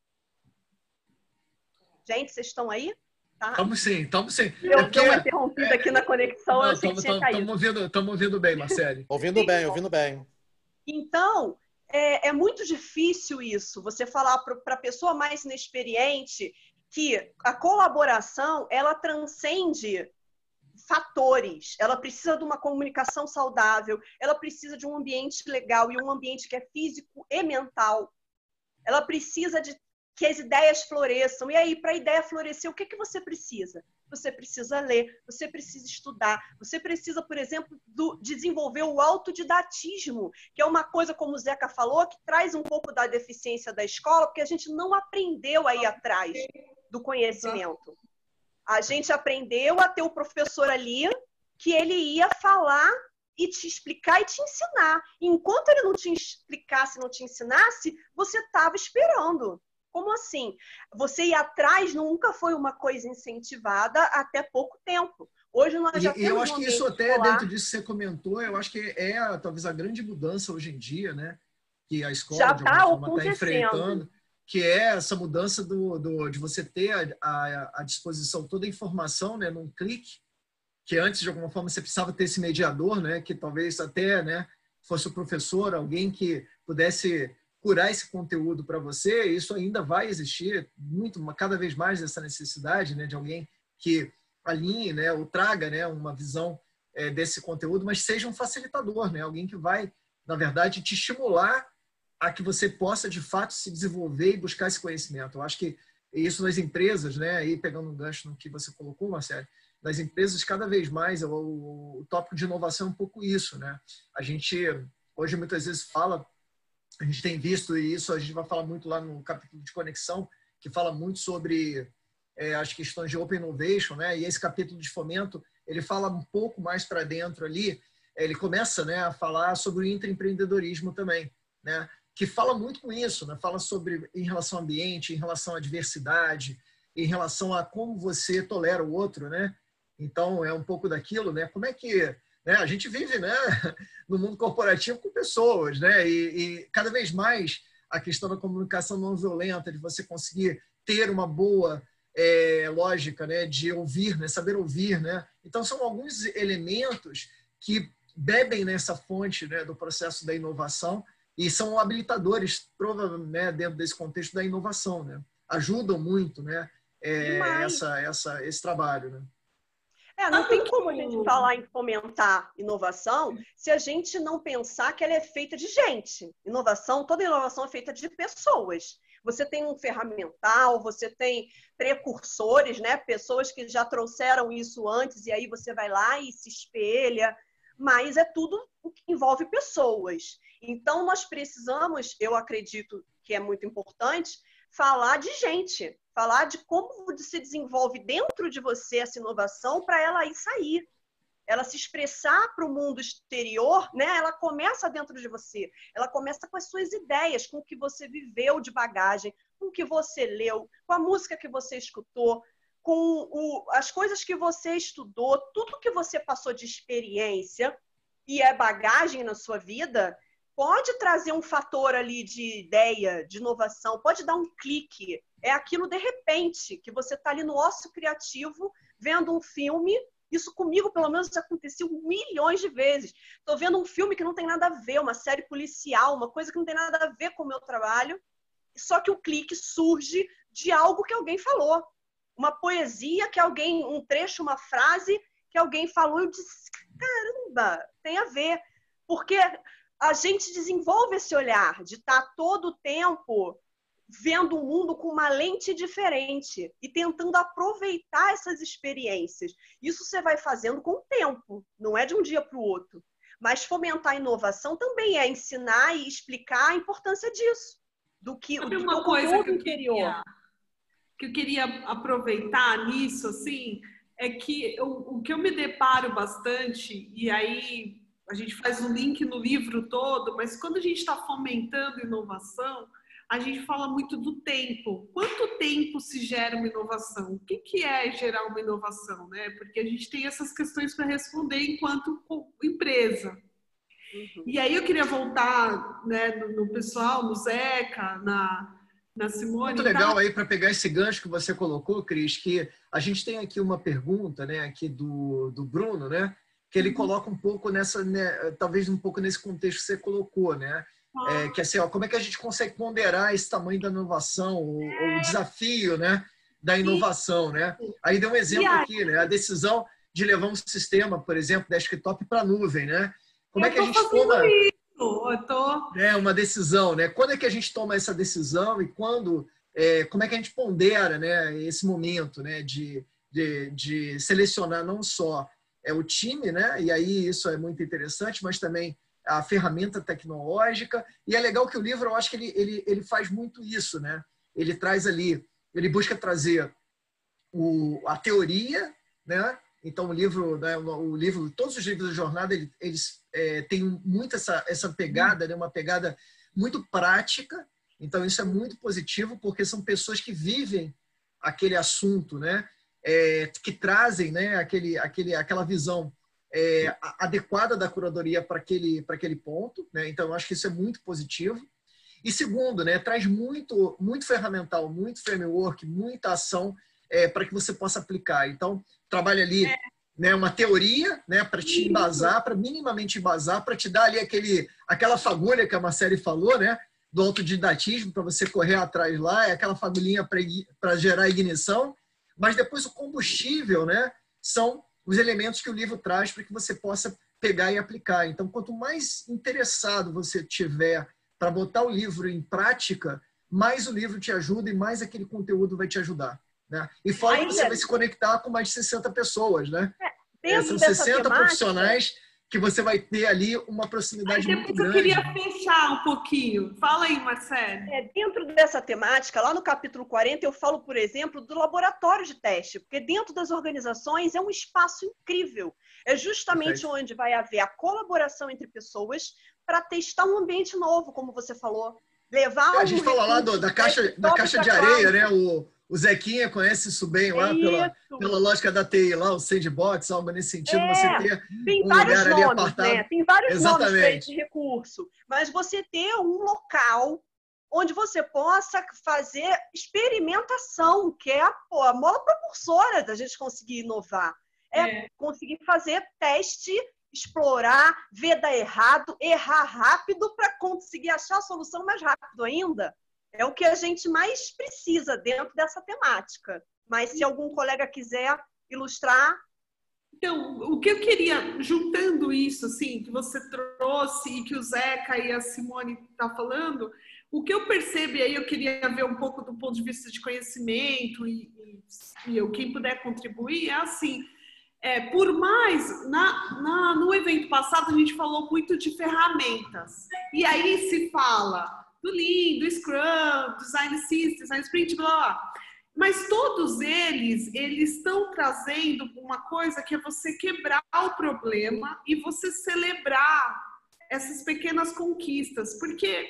Gente, vocês estão aí? Estamos sim, estamos sim. Eu é dei uma interrompida é, aqui na conexão, não, eu achei tamo, que tinha tamo, caído. Estamos ouvindo, ouvindo bem, Marcele. Ouvindo sim, bem, ouvindo bem. Então, é, é muito difícil isso, você falar para a pessoa mais inexperiente que a colaboração, ela transcende fatores. Ela precisa de uma comunicação saudável, ela precisa de um ambiente legal e um ambiente que é físico e mental. Ela precisa de que as ideias floresçam. E aí, para a ideia florescer, o que, que você precisa? Você precisa ler, você precisa estudar, você precisa, por exemplo, do, desenvolver o autodidatismo, que é uma coisa, como o Zeca falou, que traz um pouco da deficiência da escola, porque a gente não aprendeu a ir atrás do conhecimento. A gente aprendeu a ter o professor ali, que ele ia falar e te explicar e te ensinar. E enquanto ele não te explicasse, não te ensinasse, você estava esperando. Como assim? Você ir atrás nunca foi uma coisa incentivada até pouco tempo. Hoje nós já e, temos eu acho um que isso até escolar. Dentro disso que você comentou, eu acho que é talvez a grande mudança hoje em dia, né? Que a escola já de está tá enfrentando, que é essa mudança do, do, de você ter a, a, a disposição toda a informação, né, num clique, que antes de alguma forma você precisava ter esse mediador, né? Que talvez até, né, fosse o professor, alguém que pudesse curar esse conteúdo para você. Isso ainda vai existir muito, cada vez mais essa necessidade, né, de alguém que alinhe, né, ou traga, né, uma visão é, desse conteúdo, mas seja um facilitador, né, alguém que vai, na verdade, te estimular a que você possa, de fato, se desenvolver e buscar esse conhecimento. Eu acho que isso nas empresas, né, aí pegando um gancho no que você colocou, Marcelo, nas empresas, cada vez mais, o, o tópico de inovação é um pouco isso, né? A gente, hoje, muitas vezes fala, a gente tem visto isso, a gente vai falar muito lá no capítulo de conexão, que fala muito sobre é, as questões de Open Innovation, né? E esse capítulo de fomento, ele fala um pouco mais para dentro ali, ele começa, né, a falar sobre o intraempreendedorismo também, né? Que fala muito com isso, né? Fala sobre em relação ao ambiente, em relação à diversidade, em relação a como você tolera o outro, né? Então, é um pouco daquilo, né? Como é que, né? A gente vive, né, no mundo corporativo com pessoas, né? E, e cada vez mais a questão da comunicação não violenta, de você conseguir ter uma boa é, lógica, né, de ouvir, né, saber ouvir, né? Então, são alguns elementos que bebem nessa fonte, né, do processo da inovação e são habilitadores, provavelmente, né, dentro desse contexto da inovação, né? Ajudam muito, né, é, essa, essa, esse trabalho, né? É, não tem como a gente falar em fomentar inovação se a gente não pensar que ela é feita de gente. Inovação, toda inovação é feita de pessoas. Você tem um ferramental, você tem precursores, né? Pessoas que já trouxeram isso antes e aí você vai lá e se espelha. Mas é tudo o que envolve pessoas. Então, nós precisamos, eu acredito que é muito importante, falar de gente, falar de como se desenvolve dentro de você essa inovação para ela aí sair. Ela se expressar para o mundo exterior, né? Ela começa dentro de você. Ela começa com as suas ideias, com o que você viveu de bagagem, com o que você leu, com a música que você escutou, com o, as coisas que você estudou, tudo que você passou de experiência e é bagagem na sua vida, pode trazer um fator ali de ideia, de inovação, pode dar um clique. É aquilo de repente, que você está ali no ócio criativo, vendo um filme. Isso comigo, pelo menos, já aconteceu milhões de vezes. Estou vendo um filme que não tem nada a ver, uma série policial, uma coisa que não tem nada a ver com o meu trabalho, só que o clique surge de algo que alguém falou. Uma poesia que alguém, um trecho, uma frase que alguém falou, eu disse, caramba, tem a ver. Porque a gente desenvolve esse olhar de estar todo o tempo vendo o mundo com uma lente diferente e tentando aproveitar essas experiências. Isso você vai fazendo com o tempo, não é de um dia para o outro. Mas fomentar a inovação também é ensinar e explicar a importância disso. Do que Sabe do uma coisa que eu, interior. queria, que eu queria aproveitar nisso, assim, é que eu, o que eu me deparo bastante, e aí a gente faz o link no livro todo, mas quando a gente está fomentando inovação, a gente fala muito do tempo. Quanto tempo se gera uma inovação? O que, que é gerar uma inovação, né? Porque a gente tem essas questões para responder enquanto empresa. Uhum. E aí eu queria voltar, né, no, no pessoal, no Zeca, na, na Simone. Muito legal aí para pegar esse gancho que você colocou, Cris, que a gente tem aqui uma pergunta, né, aqui do, do Bruno, né? Que ele coloca um pouco nessa, né, talvez um pouco nesse contexto que você colocou, né? É, que assim, ó, como é que a gente consegue ponderar esse tamanho da inovação, o, o desafio, né, da inovação, né? Aí deu um exemplo aqui, né? A decisão de levar um sistema, por exemplo, desktop para a nuvem, né? Como é que a gente toma eu tô... né, uma decisão, né? Quando é que a gente toma essa decisão e quando, é, como é que a gente pondera, né, esse momento, né, de, de, de selecionar não só é, o time, né? E aí isso é muito interessante, mas também a ferramenta tecnológica. E é legal que o livro, eu acho que ele, ele, ele faz muito isso, né? Ele traz ali, ele busca trazer o, a teoria, né? Então, o livro, né, o livro, todos os livros da jornada, eles, eles é, têm muito essa, essa pegada, né? Uma pegada muito prática. Então, isso é muito positivo, porque são pessoas que vivem aquele assunto, né? É, que trazem, né, aquele, aquele, aquela visão É, adequada da curadoria para aquele, para aquele ponto, né? Então, eu acho que isso é muito positivo. E segundo, né, traz muito, muito ferramental, muito framework, muita ação é, para que você possa aplicar. Então, trabalha ali é. né, uma teoria, né, para te embasar, para minimamente embasar, para te dar ali aquele, aquela fagulha que a Marcele falou, né, do autodidatismo, para você correr atrás lá, é aquela fagulhinha para gerar ignição, mas depois o combustível, né, são os elementos que o livro traz para que você possa pegar e aplicar. Então, quanto mais interessado você tiver para botar o livro em prática, mais o livro te ajuda e mais aquele conteúdo vai te ajudar. né? E fora Aí, que você vai se conectar com mais de sessenta pessoas, né? É, São sessenta profissionais que você vai ter ali uma proximidade Aí, muito depois grande. eu queria fechar um pouquinho. Fala aí, Marcelo. É, dentro dessa temática, lá no capítulo quarenta, eu falo, por exemplo, do laboratório de teste, porque dentro das organizações é um espaço incrível. É justamente Perfeito. onde vai haver a colaboração entre pessoas para testar um ambiente novo, como você falou. Levar A gente um fala lá recurso do, da caixa, da caixa de areia, né? O, o Zequinha conhece isso bem lá, É pela, isso. pela lógica da T I lá, o sandbox, algo nesse sentido, É, você ter tem um vários lugar ali nomes, apartado. né? Tem vários nomes para Exatamente. esse recurso. Mas você ter um local onde você possa fazer experimentação, que é a, pô, a mola propulsora da gente conseguir inovar. É, É. conseguir fazer teste, explorar, ver dar errado, errar rápido para conseguir achar a solução mais rápido ainda. É o que a gente mais precisa dentro dessa temática. Mas se algum colega quiser ilustrar... Então, o que eu queria, juntando isso, assim, que você trouxe e que o Zeca e a Simone estão tá falando, o que eu percebo, e aí eu queria ver um pouco do ponto de vista de conhecimento e, e, e eu, quem puder contribuir, é assim, é, por mais, na, na, no evento passado a gente falou muito de ferramentas, e aí se fala do Lean, do Scrum, Design System, Design Sprint, blá, blá. Mas todos eles, eles estão trazendo uma coisa que é você quebrar o problema e você celebrar essas pequenas conquistas. Porque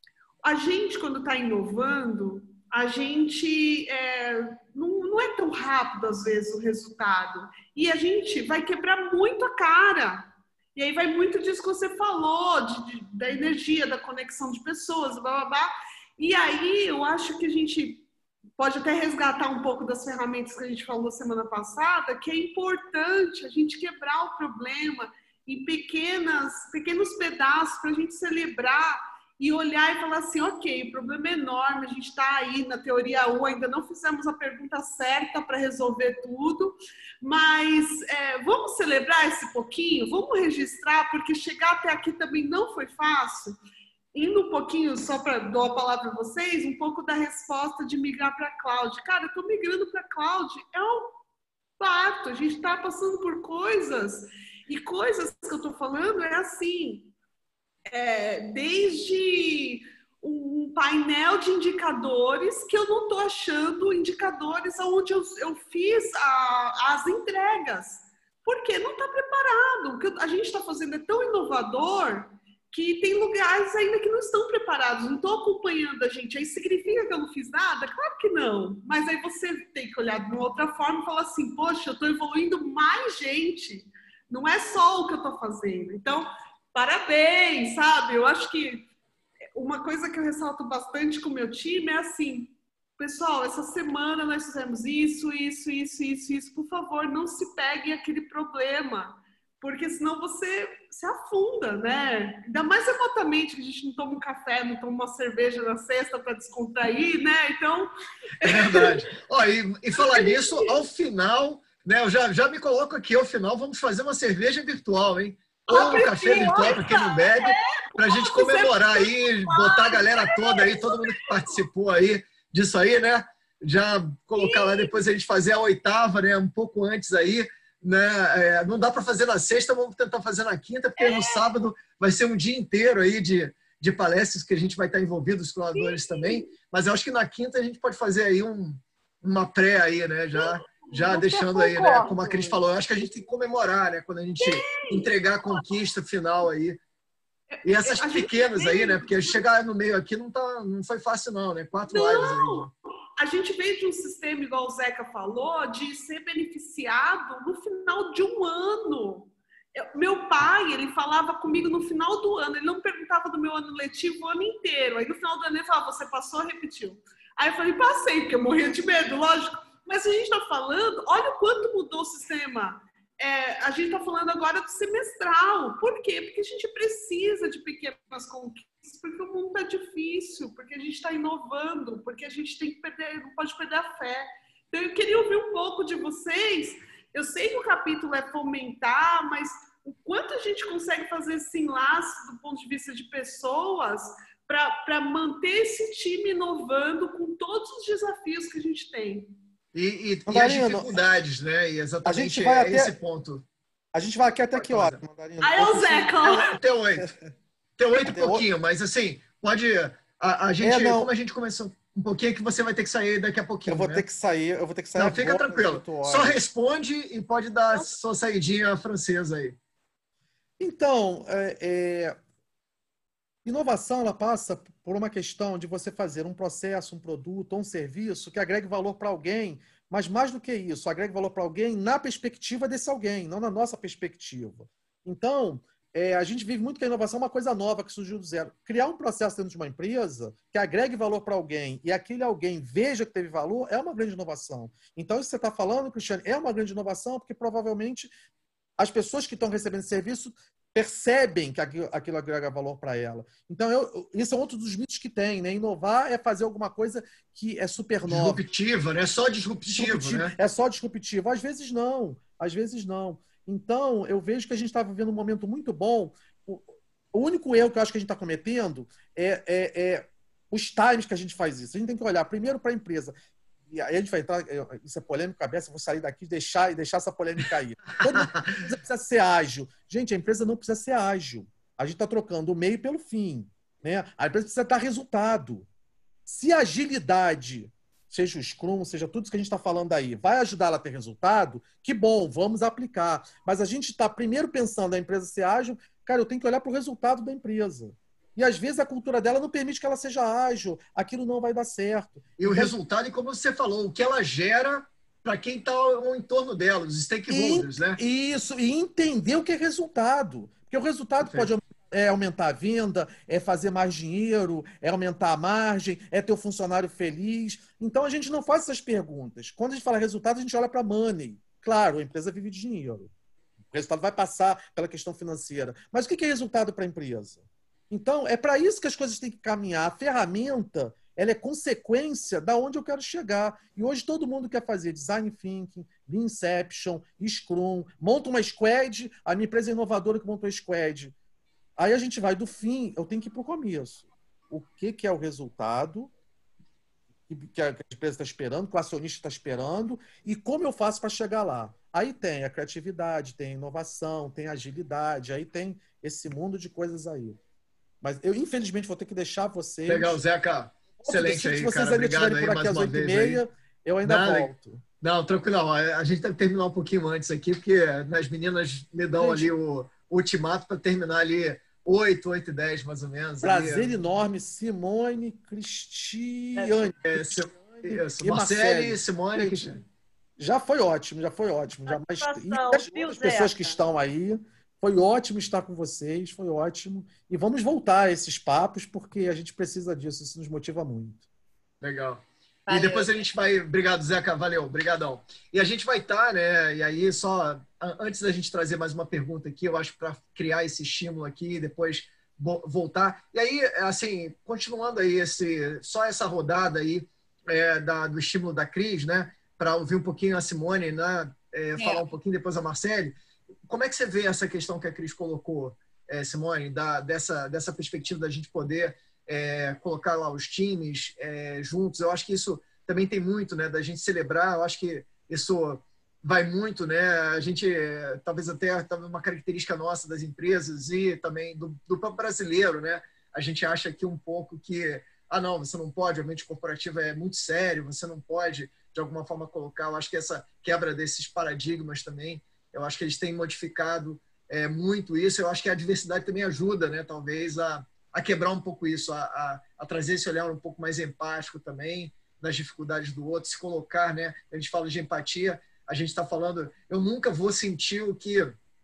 a gente, quando está inovando, a gente é, não, não é tão rápido, às vezes, o resultado. E a gente vai quebrar muito a cara. E aí vai muito disso que você falou, de, de, da energia, da conexão de pessoas, blá, blá, blá. E aí eu acho que a gente pode até resgatar um pouco das ferramentas que a gente falou semana passada, que é importante a gente quebrar o problema em pequenas, pequenos pedaços para a gente celebrar e olhar e falar assim, ok, o problema é enorme, a gente está aí na teoria um, ainda não fizemos a pergunta certa para resolver tudo, mas é, vamos celebrar esse pouquinho, vamos registrar, porque chegar até aqui também não foi fácil. Indo um pouquinho, só para dar a palavra para vocês, um pouco da resposta de migrar para a cloud. Cara, eu estou migrando para a cloud, é um parto, a gente está passando por coisas, e coisas que eu estou falando é assim, é, desde um painel de indicadores que eu não estou achando indicadores onde eu, eu fiz a, as entregas, porque não está preparado. O que a gente está fazendo é tão inovador que tem lugares ainda que não estão preparados, não estão acompanhando a gente. Aí significa que eu não fiz nada? Claro que não. Mas aí você tem que olhar de uma outra forma e falar assim, poxa, eu estou evoluindo mais gente. Não é só o que eu estou fazendo. Então, parabéns, sabe? Eu acho que uma coisa que eu ressalto bastante com o meu time é assim, pessoal, essa semana nós fizemos isso, isso, isso, isso, isso. Por favor, não se peguem aquele problema. Porque senão você se afunda, né? Ainda mais remotamente, que a gente não toma um café, não toma uma cerveja na sexta para descontrair, né? Então... É verdade. Ó, e, e falar nisso, ao final, né? Eu já, já me coloco aqui, ao final, vamos fazer uma cerveja virtual, hein? Ou um café virtual para quem não bebe, para a gente comemorar aí, botar a galera toda aí, todo mundo que participou aí disso aí, né? Já colocar lá, depois a gente fazer a oitava, né? Um pouco antes aí. Né? É, não dá para fazer na sexta, vamos tentar fazer na quinta, porque é. no sábado vai ser um dia inteiro aí de, de palestras que a gente vai estar envolvido, os colaboradores também, mas eu acho que na quinta a gente pode fazer aí um, uma pré aí, né? Já, já deixando aí, né? Como a Cris falou, eu acho que a gente tem que comemorar, né? Quando a gente Sim. entregar a conquista final aí. E essas pequenas aí, né? Porque chegar no meio aqui não, tá, não foi fácil não, né? Quatro não. lives aí. A gente veio de um sistema, igual o Zeca falou, de ser beneficiado no final de um ano. Eu, meu pai, ele falava comigo no final do ano, ele não perguntava do meu ano letivo o ano inteiro. Aí no final do ano ele falava, você passou ou repetiu? Aí eu falei, passei, porque eu morria de medo, lógico. Mas a gente está falando, olha o quanto mudou o sistema. É, a gente está falando agora do semestral. Por quê? Porque a gente precisa de pequenas conquistas, porque o mundo é difícil, porque a gente está inovando, porque a gente tem que perder, não pode perder a fé. Então eu queria ouvir um pouco de vocês. Eu sei que o capítulo é fomentar, mas o quanto a gente consegue fazer esse enlace do ponto de vista de pessoas para manter esse time inovando com todos os desafios que a gente tem. E, e, e as Mandarino, dificuldades, né? E exatamente a gente vai até- esse ponto. A gente vai aqui até Pode que fazer. hora, Mandarino? Aí é o Zeca. Até oito. Até oito e Até pouquinho, mas assim, pode. A, a gente, É, não. como a gente começou um pouquinho, é que você vai ter que sair daqui a pouquinho. Eu vou né? ter que sair, eu vou ter que sair Não, agora, fica às tranquilo. oito horas. Só responde e pode dar sua saidinha francesa aí. Então, é, é, inovação ela passa por uma questão de você fazer um processo, um produto ou um serviço que agregue valor para alguém, mas mais do que isso, agregue valor para alguém na perspectiva desse alguém, não na nossa perspectiva. Então, é, a gente vive muito que a inovação é uma coisa nova que surgiu do zero. Criar um processo dentro de uma empresa que agregue valor para alguém e aquele alguém veja que teve valor é uma grande inovação. Então, isso que você está falando, Cristiane, é uma grande inovação porque provavelmente as pessoas que estão recebendo serviço percebem que aquilo, aquilo agrega valor para ela. Então, eu, isso é outro dos mitos que tem, né? Inovar é fazer alguma coisa que é super nova. Disruptiva, né? Só disruptivo, Disruptivo. né? É só disruptivo. Às vezes não. Às vezes não. Então, eu vejo que a gente está vivendo um momento muito bom. O, o único erro que eu acho que a gente está cometendo é, é, é os times que a gente faz isso. A gente tem que olhar primeiro para a empresa. E aí a gente vai entrar, isso é polêmico, cabeça, eu vou sair daqui e deixar, e deixar essa polêmica aí. Todo mundo precisa ser ágil. Gente, a empresa não precisa ser ágil. A gente está trocando o meio pelo fim. Né? A empresa precisa dar resultado. Se a agilidade, seja o Scrum, seja tudo isso que a gente está falando aí, vai ajudar ela a ter resultado, que bom, vamos aplicar. Mas a gente está primeiro pensando na empresa ser ágil, cara, eu tenho que olhar para o resultado da empresa. E às vezes a cultura dela não permite que ela seja ágil, aquilo não vai dar certo. E o então, resultado, e como você falou, o que ela gera para quem está ao entorno dela, os stakeholders, e, né? Isso, e entender o que é resultado. Porque o resultado Perfeito. pode é aumentar a venda, é fazer mais dinheiro, é aumentar a margem, é ter o funcionário feliz. Então a gente não faz essas perguntas. Quando a gente fala resultado, a gente olha para money. Claro, a empresa vive de dinheiro. O resultado vai passar pela questão financeira. Mas o que é resultado para a empresa? Então, é para isso que as coisas têm que caminhar. A ferramenta, ela é consequência da onde eu quero chegar. E hoje todo mundo quer fazer design thinking, Lean Inception, Scrum, monta uma squad, a minha empresa é inovadora que montou a squad. Aí a gente vai do fim, eu tenho que ir para o começo. O que, que é o resultado que a empresa está esperando, que o acionista está esperando, e como eu faço para chegar lá. Aí tem a criatividade, tem a inovação, tem a agilidade, aí tem esse mundo de coisas aí. Mas eu, infelizmente, vou ter que deixar vocês... Legal, Zeca. Excelente aí, Se vocês cara. ainda Obrigado estiverem por aqui às oito e meia, eu ainda Nada. volto. Não, tranquilo. A gente deve terminar um pouquinho antes aqui, porque as meninas me dão gente, ali o, o ultimato para terminar ali oito, oito e dez, mais ou menos. Prazer ali. enorme. Simone, Cristiane. É, isso. Marcele, Marcele, Simone, Cristiane. Já foi ótimo, já foi ótimo. Já mais... E as outras pessoas que estão aí... Foi ótimo estar com vocês, foi ótimo. E vamos voltar a esses papos, porque a gente precisa disso, isso nos motiva muito. Legal. Valeu. E depois a gente vai... Obrigado, Zeca, valeu, brigadão. E a gente vai estar, né, e aí só... Antes da gente trazer mais uma pergunta aqui, eu acho para criar esse estímulo aqui e depois voltar. E aí, assim, continuando aí, esse, só essa rodada aí é, da, do estímulo da Cris, né, para ouvir um pouquinho a Simone, né, é, é. falar um pouquinho depois a Marcele. Como é que você vê essa questão que a Cris colocou, é, Simone, da, dessa, dessa perspectiva da gente poder é, colocar lá os times é, juntos? Eu acho que isso também tem muito, né, da gente celebrar. Eu acho que isso vai muito, né? A gente, talvez até talvez uma característica nossa das empresas e também do, do brasileiro, né? A gente acha aqui um pouco que, ah, não, você não pode, o ambiente corporativo é muito sério, você não pode, de alguma forma, colocar. Eu acho que essa quebra desses paradigmas também, eu acho que eles têm modificado é, muito isso. Eu acho que a diversidade também ajuda, né, talvez, a, a quebrar um pouco isso, a, a, a trazer esse olhar um pouco mais empático também das dificuldades do outro, se colocar, né? A gente fala de empatia, a gente está falando, eu nunca vou sentir o que,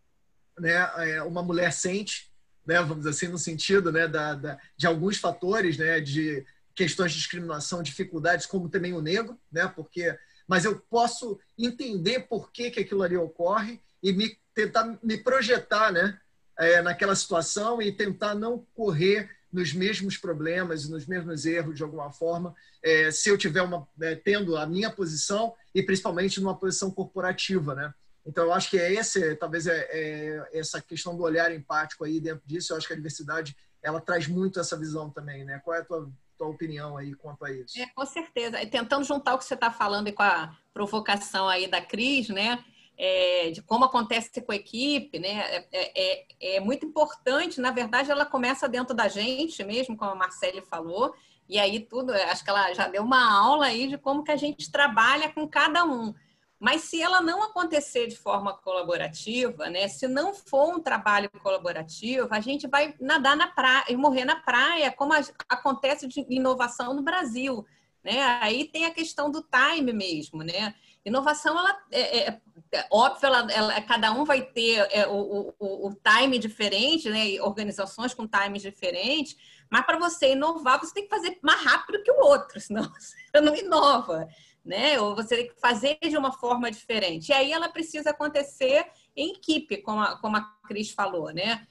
né, uma mulher sente, né, vamos dizer assim, no sentido, né, da, da, de alguns fatores, né, de questões de discriminação, dificuldades, como também o negro, né, porque... Mas eu posso entender por que, que aquilo ali ocorre e me, tentar me projetar, né, é, naquela situação e tentar não correr nos mesmos problemas e nos mesmos erros, de alguma forma, é, se eu tiver uma, é, tendo a minha posição e principalmente numa posição corporativa, né? Então, eu acho que é esse, talvez, é, é essa questão do olhar empático aí dentro disso. Eu acho que a diversidade, ela traz muito essa visão também, né? Qual é a tua, tua opinião aí quanto a isso. É, com certeza. E tentando juntar o que você está falando e com a provocação aí da Cris, né? É, de como acontece com a equipe, né? É, é, é muito importante, na verdade, ela começa dentro da gente mesmo, como a Marcele falou, e aí tudo, acho que ela já deu uma aula aí de como que a gente trabalha com cada um. Mas se ela não acontecer de forma colaborativa, né? Se não for um trabalho colaborativo, a gente vai nadar na praia e morrer na praia, como a, acontece de inovação no Brasil, né? Aí tem a questão do time mesmo, né? Inovação, ela é, é, é óbvio, ela, ela, cada um vai ter é, o, o, o time diferente, né? E organizações com times diferentes, mas para você inovar, você tem que fazer mais rápido que o outro, senão você não inova, né? Ou você tem que fazer de uma forma diferente. E aí ela precisa acontecer em equipe, como a, como a Cris falou, né?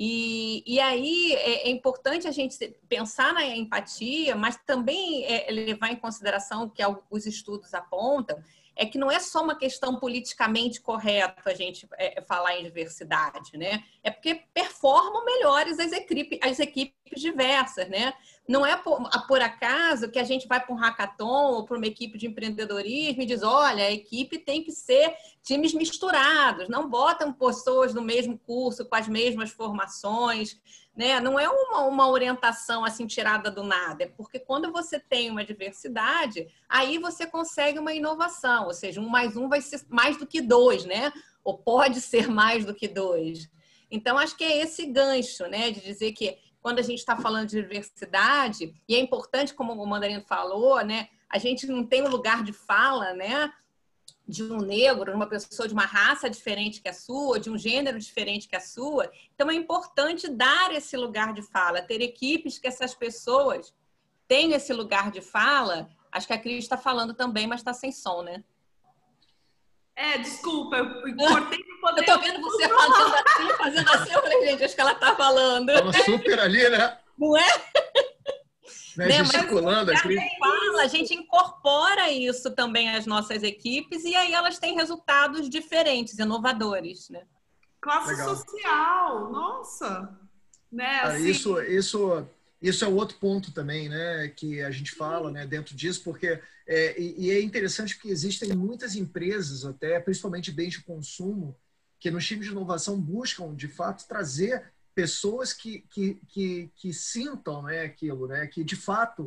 E, e aí é, é importante a gente pensar na empatia, mas também é, levar em consideração o que os estudos apontam, é que não é só uma questão politicamente correta a gente é, falar em diversidade, né? É porque performam melhores as equipes, as equipes diversas, né? Não é por, por acaso que a gente vai para um hackathon ou para uma equipe de empreendedorismo e diz, olha, a equipe tem que ser times misturados, não botam pessoas no mesmo curso, com as mesmas formações, né? Não é uma, uma orientação assim tirada do nada, é porque quando você tem uma diversidade, aí você consegue uma inovação, ou seja, um mais um vai ser mais do que dois, né? Ou pode ser mais do que dois. Então, acho que é esse gancho, né? De dizer que quando a gente está falando de diversidade, e é importante, como o Mandarino falou, né? A gente não tem um lugar de fala, né? De um negro, de uma pessoa de uma raça diferente que a sua, de um gênero diferente que a sua. Então, é importante dar esse lugar de fala, ter equipes que essas pessoas tenham esse lugar de fala. Acho que a Cris está falando também, mas está sem som, né? É, desculpa, eu cortei para poder... Eu tô vendo você fazendo assim, fazendo assim, eu falei, gente, acho que ela tá falando. Tava super ali, né? Não é? Né? Né? Gesticulando a aqui. gente fala, a gente incorpora isso também às nossas equipes e aí elas têm resultados diferentes, inovadores, né? Classe Legal. Social, nossa! Né? Cara, assim... isso, isso, isso é outro ponto também, né? Que a gente fala, né, dentro disso, porque é, e, e é interessante porque existem muitas empresas, até principalmente bens de consumo, que nos times de inovação buscam, de fato, trazer pessoas que, que, que, que sintam, né, aquilo, né, que de fato,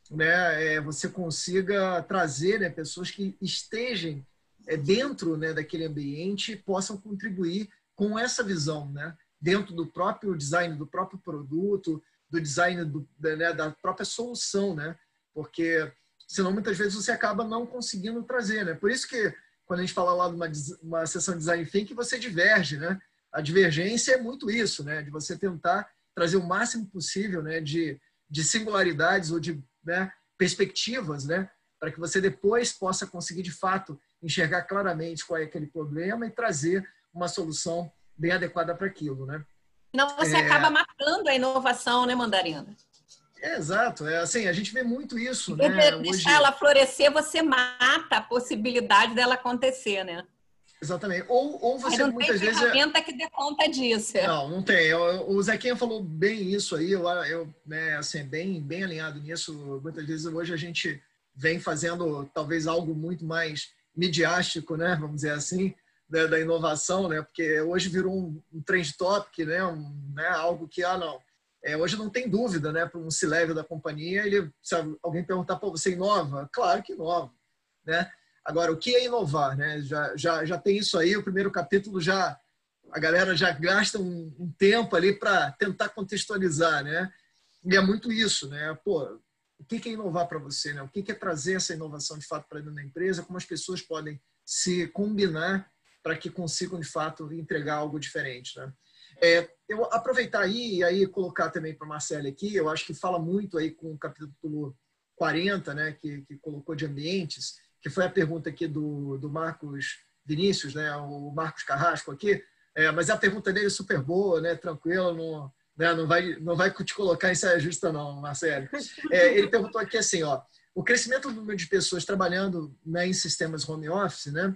né, é, você consiga trazer, né, pessoas que estejam é, dentro, né, daquele ambiente e possam contribuir com essa visão, né, dentro do próprio design, do próprio produto, do design do, né, da própria solução, né, porque senão muitas vezes você acaba não conseguindo trazer, né, por isso que quando a gente fala lá de uma, uma sessão de design thinking, você diverge, né? A divergência é muito isso, né? De você tentar trazer o máximo possível, né? De, de singularidades ou de, né, perspectivas, né? Para que você depois possa conseguir, de fato, enxergar claramente qual é aquele problema e trazer uma solução bem adequada para aquilo, né? Não, você é... acaba matando a inovação, né, Mandarina? É, exato. É, assim, a gente vê muito isso, e né? Deixar Hoje... ela florescer, você mata a possibilidade dela acontecer, né? Exatamente. Ou, ou você não muitas tem vezes... ferramenta que dê conta disso. Não, não tem. O Zequinha falou bem isso aí, eu, eu né, assim, bem, bem alinhado nisso. Muitas vezes hoje a gente vem fazendo talvez algo muito mais midiástico, né? Vamos dizer assim, né, da inovação, né? Porque hoje virou um, um trend topic, né? Um, né? Algo que, ah, não... É, hoje não tem dúvida, né? Para um C-level da companhia, ele, se alguém perguntar, pô, você inova? Claro que inova, né? Agora, o que é inovar, né? Já, já, já tem isso aí, o primeiro capítulo já... A galera já gasta um, um tempo ali para tentar contextualizar, né? E é muito isso, né? Pô, o que é inovar para você, né? O que é trazer essa inovação, de fato, para dentro da empresa? Como as pessoas podem se combinar para que consigam, de fato, entregar algo diferente, né? É, eu aproveitar aí e aí colocar também para a Marcele aqui, eu acho que fala muito aí com o capítulo quarenta, né, que, que colocou de ambientes, que foi a pergunta aqui do, do Marcos Vinícius, né, o Marcos Carrasco aqui, é, mas a pergunta dele é super boa, né, tranquila, não, né, não, vai, não vai te colocar em saia justa não, Marcele. É, ele perguntou aqui assim, ó, o crescimento do número de pessoas trabalhando, né, em sistemas home office, né,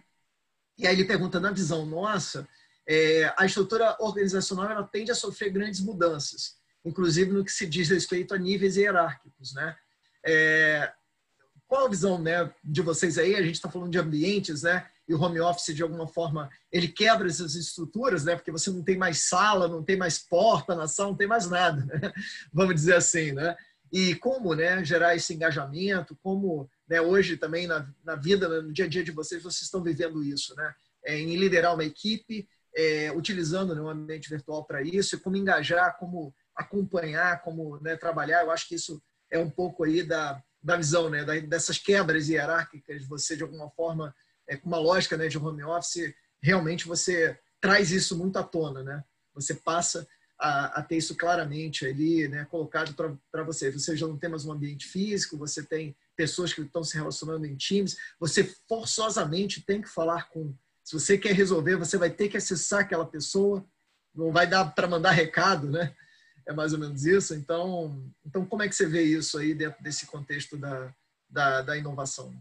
e aí ele pergunta, na visão nossa, É, a estrutura organizacional ela tende a sofrer grandes mudanças, inclusive no que se diz respeito a níveis hierárquicos, né? É, qual a visão, né, de vocês aí? A gente está falando de ambientes, né? E o home office, de alguma forma, ele quebra essas estruturas, né? Porque você não tem mais sala, não tem mais porta na sala, não tem mais nada, né? Vamos dizer assim, né? E como, né, gerar esse engajamento, como, né, hoje também na, na vida, no dia a dia de vocês, vocês estão vivendo isso, né? É, em liderar uma equipe, é, utilizando, né, um ambiente virtual para isso, e como engajar, como acompanhar, como, né, trabalhar. Eu acho que isso é um pouco aí da, da visão, né, da, dessas quebras hierárquicas, você, de alguma forma, é, com uma lógica, né, de home office, realmente você traz isso muito à tona, né? Você passa a, a ter isso claramente ali, né, colocado para você. Você já não tem mais um ambiente físico, você tem pessoas que estão se relacionando em times, você forçosamente tem que falar com... Se você quer resolver, você vai ter que acessar aquela pessoa, não vai dar para mandar recado, né? É mais ou menos isso. Então, então, como é que você vê isso aí dentro desse contexto da, da, da inovação?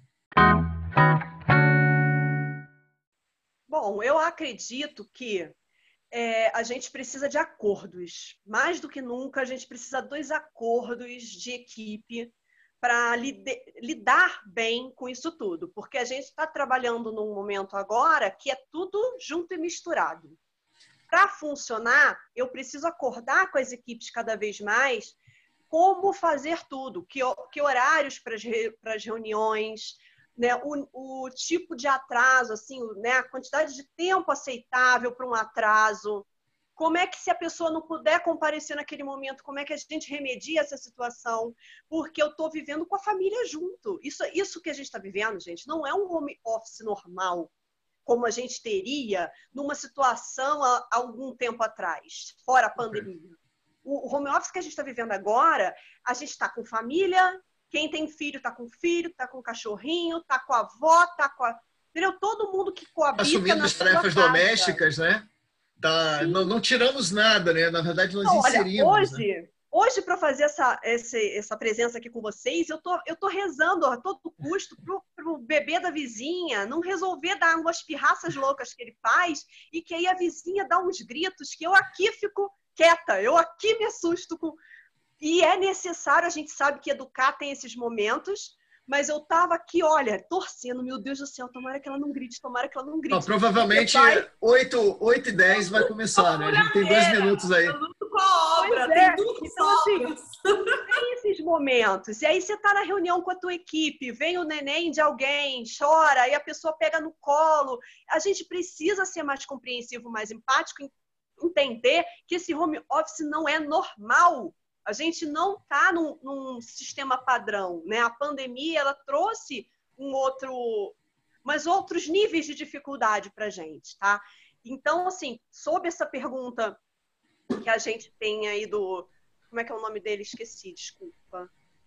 Bom, eu acredito que é, a gente precisa de acordos. Mais do que nunca, a gente precisa dos acordos de equipe para lidar bem com isso tudo. Porque a gente está trabalhando num momento agora que é tudo junto e misturado. Para funcionar, eu preciso acordar com as equipes cada vez mais como fazer tudo, que, que horários para as reuniões, né, o, o tipo de atraso, assim, né, a quantidade de tempo aceitável para um atraso, como é que, se a pessoa não puder comparecer naquele momento, como é que a gente remedia essa situação, porque eu estou vivendo com a família junto. Isso, isso que a gente está vivendo, gente, não é um home office normal, como a gente teria numa situação há algum tempo atrás, fora a pandemia. O home office que a gente está vivendo agora, a gente está com família, quem tem filho está com filho, está com cachorrinho, está com a avó, está com a... Entendeu? Todo mundo que coabita assumindo na as tarefas sua domésticas, né? Tá, não, não tiramos nada, né? Na verdade, nós não, inserimos. Olha, hoje, né? hoje para fazer essa, esse, essa presença aqui com vocês, eu tô, eu tô rezando a todo custo pro, pro bebê da vizinha não resolver dar umas pirraças loucas que ele faz e que aí a vizinha dá uns gritos que eu aqui fico quieta, eu aqui me assusto com... E é necessário, a gente sabe que educar tem esses momentos, mas eu tava aqui, olha, torcendo, meu Deus do céu, tomara que ela não grite, tomara que ela não grite. Não, provavelmente vai... oito e dez vai começar, né? A gente tem dois minutos aí. Com a obra, pois tem é. duas Então, assim, obras. tem esses momentos. E aí você tá na reunião com a tua equipe, vem o neném de alguém, chora, e a pessoa pega no colo. A gente precisa ser mais compreensivo, mais empático, entender que esse home office não é normal. A gente não está num, num sistema padrão, né? A pandemia, ela trouxe um outro, mas outros níveis de dificuldade para a gente, tá? Então, assim, sobre essa pergunta que a gente tem aí do... Como é que é o nome dele? Esqueci, desculpa.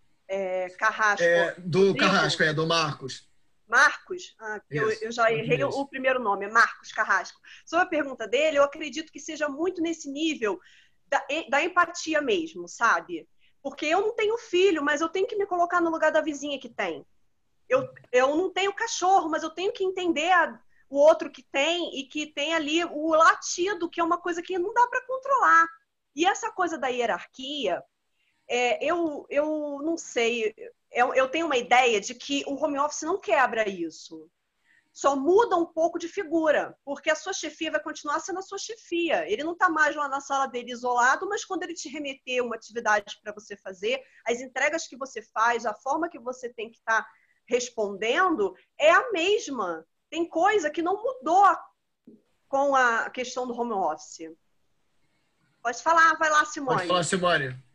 É, Carrasco. É, do Rodrigo? Carrasco, é, do Marcos. Marcos? Ah, eu, eu já errei o, o primeiro nome, é Marcos Carrasco. Sobre a pergunta dele, eu acredito que seja muito nesse nível Da, da empatia mesmo, sabe? Porque eu não tenho filho, mas eu tenho que me colocar no lugar da vizinha que tem. Eu, eu não tenho cachorro, mas eu tenho que entender a, o outro que tem e que tem ali o latido, que é uma coisa que não dá para controlar. E essa coisa da hierarquia, é, eu, eu não sei, eu, eu tenho uma ideia de que o home office não quebra isso. Só muda um pouco de figura, porque a sua chefia vai continuar sendo a sua chefia. Ele não está mais lá na sala dele isolado, mas quando ele te remeter uma atividade para você fazer, as entregas que você faz, a forma que você tem que estar tá respondendo é a mesma. Tem coisa que não mudou com a questão do home office. Pode falar, vai lá, Simone. Pode falar, Simone.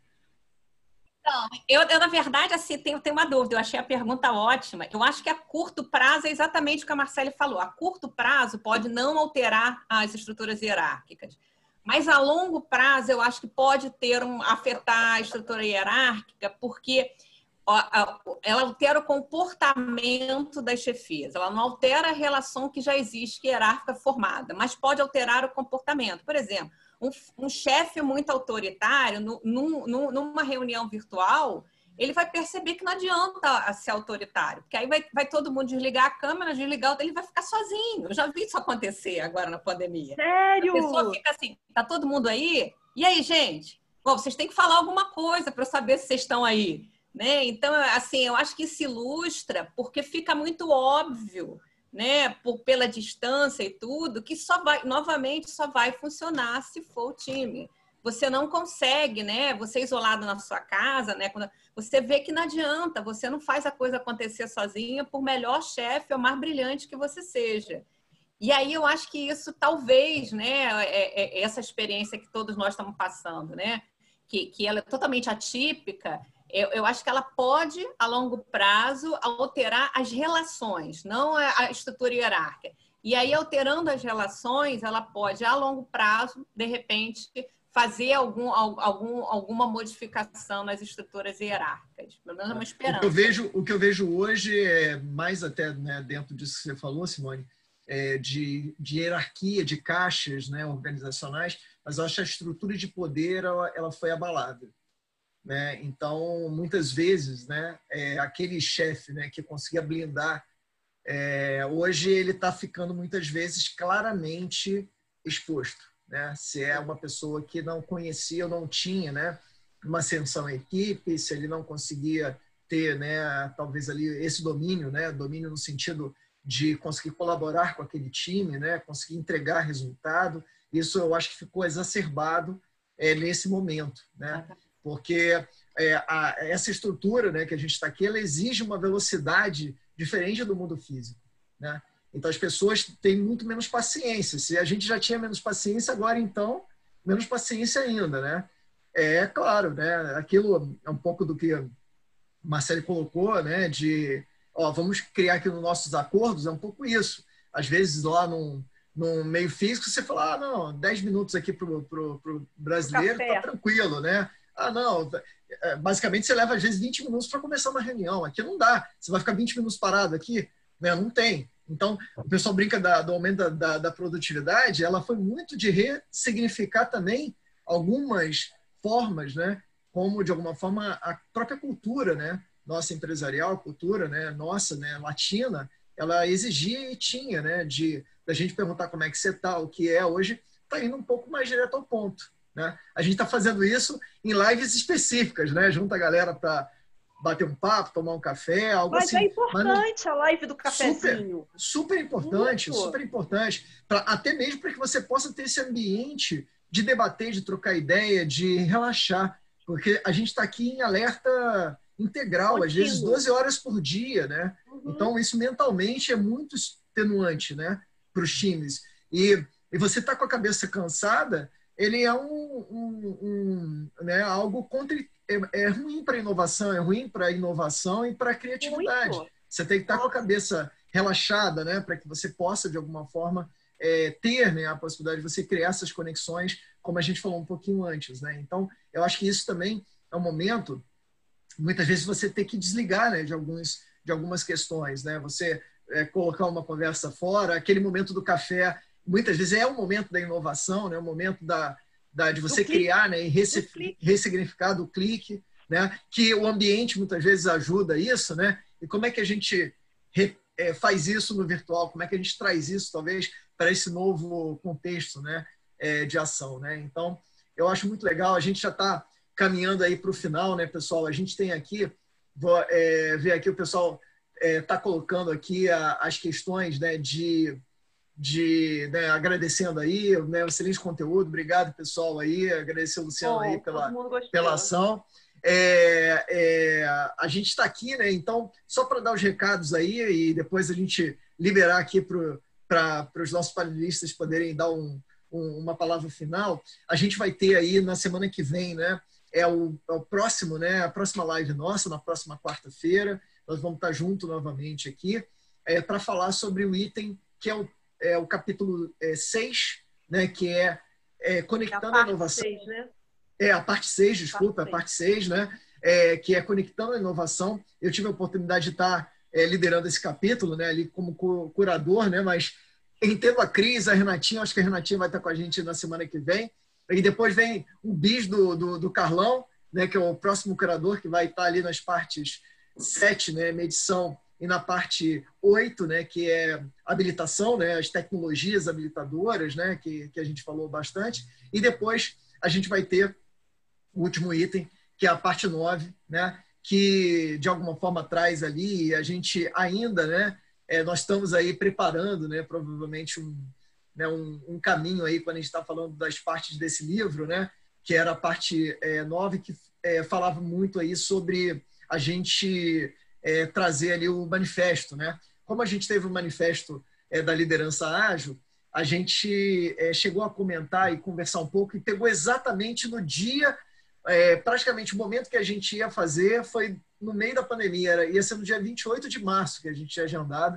Então, eu, eu, na verdade, assim, tenho, tenho uma dúvida. Eu achei a pergunta ótima. Eu acho que a curto prazo é exatamente o que a Marcele falou. A curto prazo pode não alterar as estruturas hierárquicas. Mas a longo prazo, eu acho que pode ter um, afetar a estrutura hierárquica, porque ó, a, ela altera o comportamento das chefias. Ela não altera a relação que já existe, hierárquica formada, mas pode alterar o comportamento. Por exemplo, Um, um chefe muito autoritário, no, num, numa reunião virtual, ele vai perceber que não adianta ser autoritário, porque aí vai, vai todo mundo desligar a câmera, desligar, ele vai ficar sozinho. Eu já vi isso acontecer agora na pandemia. Sério? A pessoa fica assim, tá todo mundo aí? E aí, gente? Bom, vocês têm que falar alguma coisa para eu saber se vocês estão aí. né? Então, assim, eu acho que isso ilustra, porque fica muito óbvio, né, por, pela distância e tudo, que só vai, novamente, só vai funcionar se for o time. Você não consegue, né? Você isolado na sua casa, né? Quando você vê que não adianta, você não faz a coisa acontecer sozinha, por melhor chefe ou mais brilhante que você seja. E aí eu acho que isso talvez, né? É, é, essa experiência que todos nós estamos passando, né? Que, que ela é totalmente atípica. Eu, eu acho que ela pode, a longo prazo, alterar as relações, não a estrutura hierárquica. E aí, alterando as relações, ela pode, a longo prazo, de repente, fazer algum, algum, alguma modificação nas estruturas hierárquicas. Pelo menos é uma esperança. O que eu vejo, o que eu vejo hoje, é mais até, né, dentro disso que você falou, Simone, é de, de hierarquia, de caixas, né, organizacionais, mas eu acho que a estrutura de poder ela, ela foi abalada. Né? Então, muitas vezes, né, é, aquele chefe, né, que conseguia blindar, é, hoje ele está ficando muitas vezes claramente exposto. Né? Se é uma pessoa que não conhecia ou não tinha, né, uma ascensão em equipe, se ele não conseguia ter, né, talvez ali esse domínio, né, domínio no sentido de conseguir colaborar com aquele time, né, conseguir entregar resultado, isso eu acho que ficou exacerbado é, nesse momento, né? Porque é, a, essa estrutura, né, que a gente está aqui, ela exige uma velocidade diferente do mundo físico. Né? Então, as pessoas têm muito menos paciência. Se a gente já tinha menos paciência, agora, então, menos paciência ainda. Né? É claro, né? Aquilo é um pouco do que o Marcelo colocou, né? De, ó, vamos criar aqui nos nossos acordos, é um pouco isso. Às vezes, lá num, num meio físico, você fala, ah, não, dez minutos aqui para o brasileiro, está tranquilo, né? Ah, não, basicamente você leva às vezes vinte minutos para começar uma reunião. Aqui não dá. Você vai ficar vinte minutos parado aqui? Né? Não tem. Então, o pessoal brinca da, do aumento da, da, da produtividade, ela foi muito de ressignificar também algumas formas, né? Como, de alguma forma, a própria cultura, né? Nossa empresarial, cultura, né? Nossa, né? Latina, ela exigia e tinha, né? De a gente perguntar como é que você está, o que é hoje, está indo um pouco mais direto ao ponto. Né? A gente está fazendo isso em lives específicas, né? Junta a galera para bater um papo, tomar um café, algo Mas assim. é importante não... a live do cafezinho. Super, super importante, Muito. super importante. Pra, até mesmo para que você possa ter esse ambiente de debater, de trocar ideia, de relaxar. Porque a gente está aqui em alerta integral, Contínuo. Às vezes doze horas por dia. Né? Uhum. Então, isso mentalmente é muito extenuante, né? Para os times. E, e você está com a cabeça cansada, ele é um, um, um né, algo contra, é, é ruim para a inovação, é ruim para a inovação e para a criatividade. Muito. Você tem que estar com a cabeça relaxada, né, para que você possa, de alguma forma, é, ter, né, a possibilidade de você criar essas conexões, como a gente falou um pouquinho antes. Né? Então, eu acho que isso também é um momento, muitas vezes, você tem que desligar, né, de, alguns, de algumas questões. Né? Você é, colocar uma conversa fora, aquele momento do café, muitas vezes é o momento da inovação, né? O momento da, da, de você criar, né? E ressignificar do clique, né? Que o ambiente muitas vezes ajuda isso, né? E como é que a gente re, é, faz isso no virtual? Como é que a gente traz isso, talvez, para esse novo contexto, né? É, de ação, né? Então, eu acho muito legal. A gente já está caminhando aí para o final, né, pessoal? A gente tem aqui, vou é, ver aqui, o pessoal está é, colocando aqui a, as questões, né? De de né, agradecendo aí, né, um excelente conteúdo, obrigado pessoal aí, agradecer o Luciano oh, aí pela, pela ação. É, é, a gente está aqui, né, então, só para dar os recados aí e depois a gente liberar aqui para os nossos panelistas poderem dar um, um, uma palavra final, a gente vai ter aí na semana que vem, né, é o, é o próximo, né, a próxima live nossa, na próxima quarta-feira, nós vamos estar junto novamente aqui, é, para falar sobre o item que é o é o capítulo seis, né, que é, é conectando a, a inovação. seis, né? É a parte seis, desculpa, a parte seis, né, é, que é conectando a inovação. Eu tive a oportunidade de estar é, liderando esse capítulo, né, ali como curador, né, mas entendo a Cris, a Renatinha, acho que a Renatinha vai estar com a gente na semana que vem. E depois vem o bis do, do, do Carlão, né, que é o próximo curador, que vai estar ali nas partes sete, né, medição, e na parte oito, né, que é habilitação, né, as tecnologias habilitadoras, né, que, que a gente falou bastante. E depois a gente vai ter o último item, que é a parte nove, né, que de alguma forma traz ali, e a gente ainda, né, é, nós estamos aí preparando, né, provavelmente um, né, um, um caminho aí quando a gente está falando das partes desse livro, né, que era a parte é, nove, que é, falava muito aí sobre a gente é, trazer ali o manifesto, né? Como a gente teve o manifesto é, da liderança ágil, a gente é, chegou a comentar e conversar um pouco e pegou exatamente no dia, é, praticamente o momento que a gente ia fazer foi no meio da pandemia, era, ia ser no dia vinte e oito de março que a gente tinha agendado,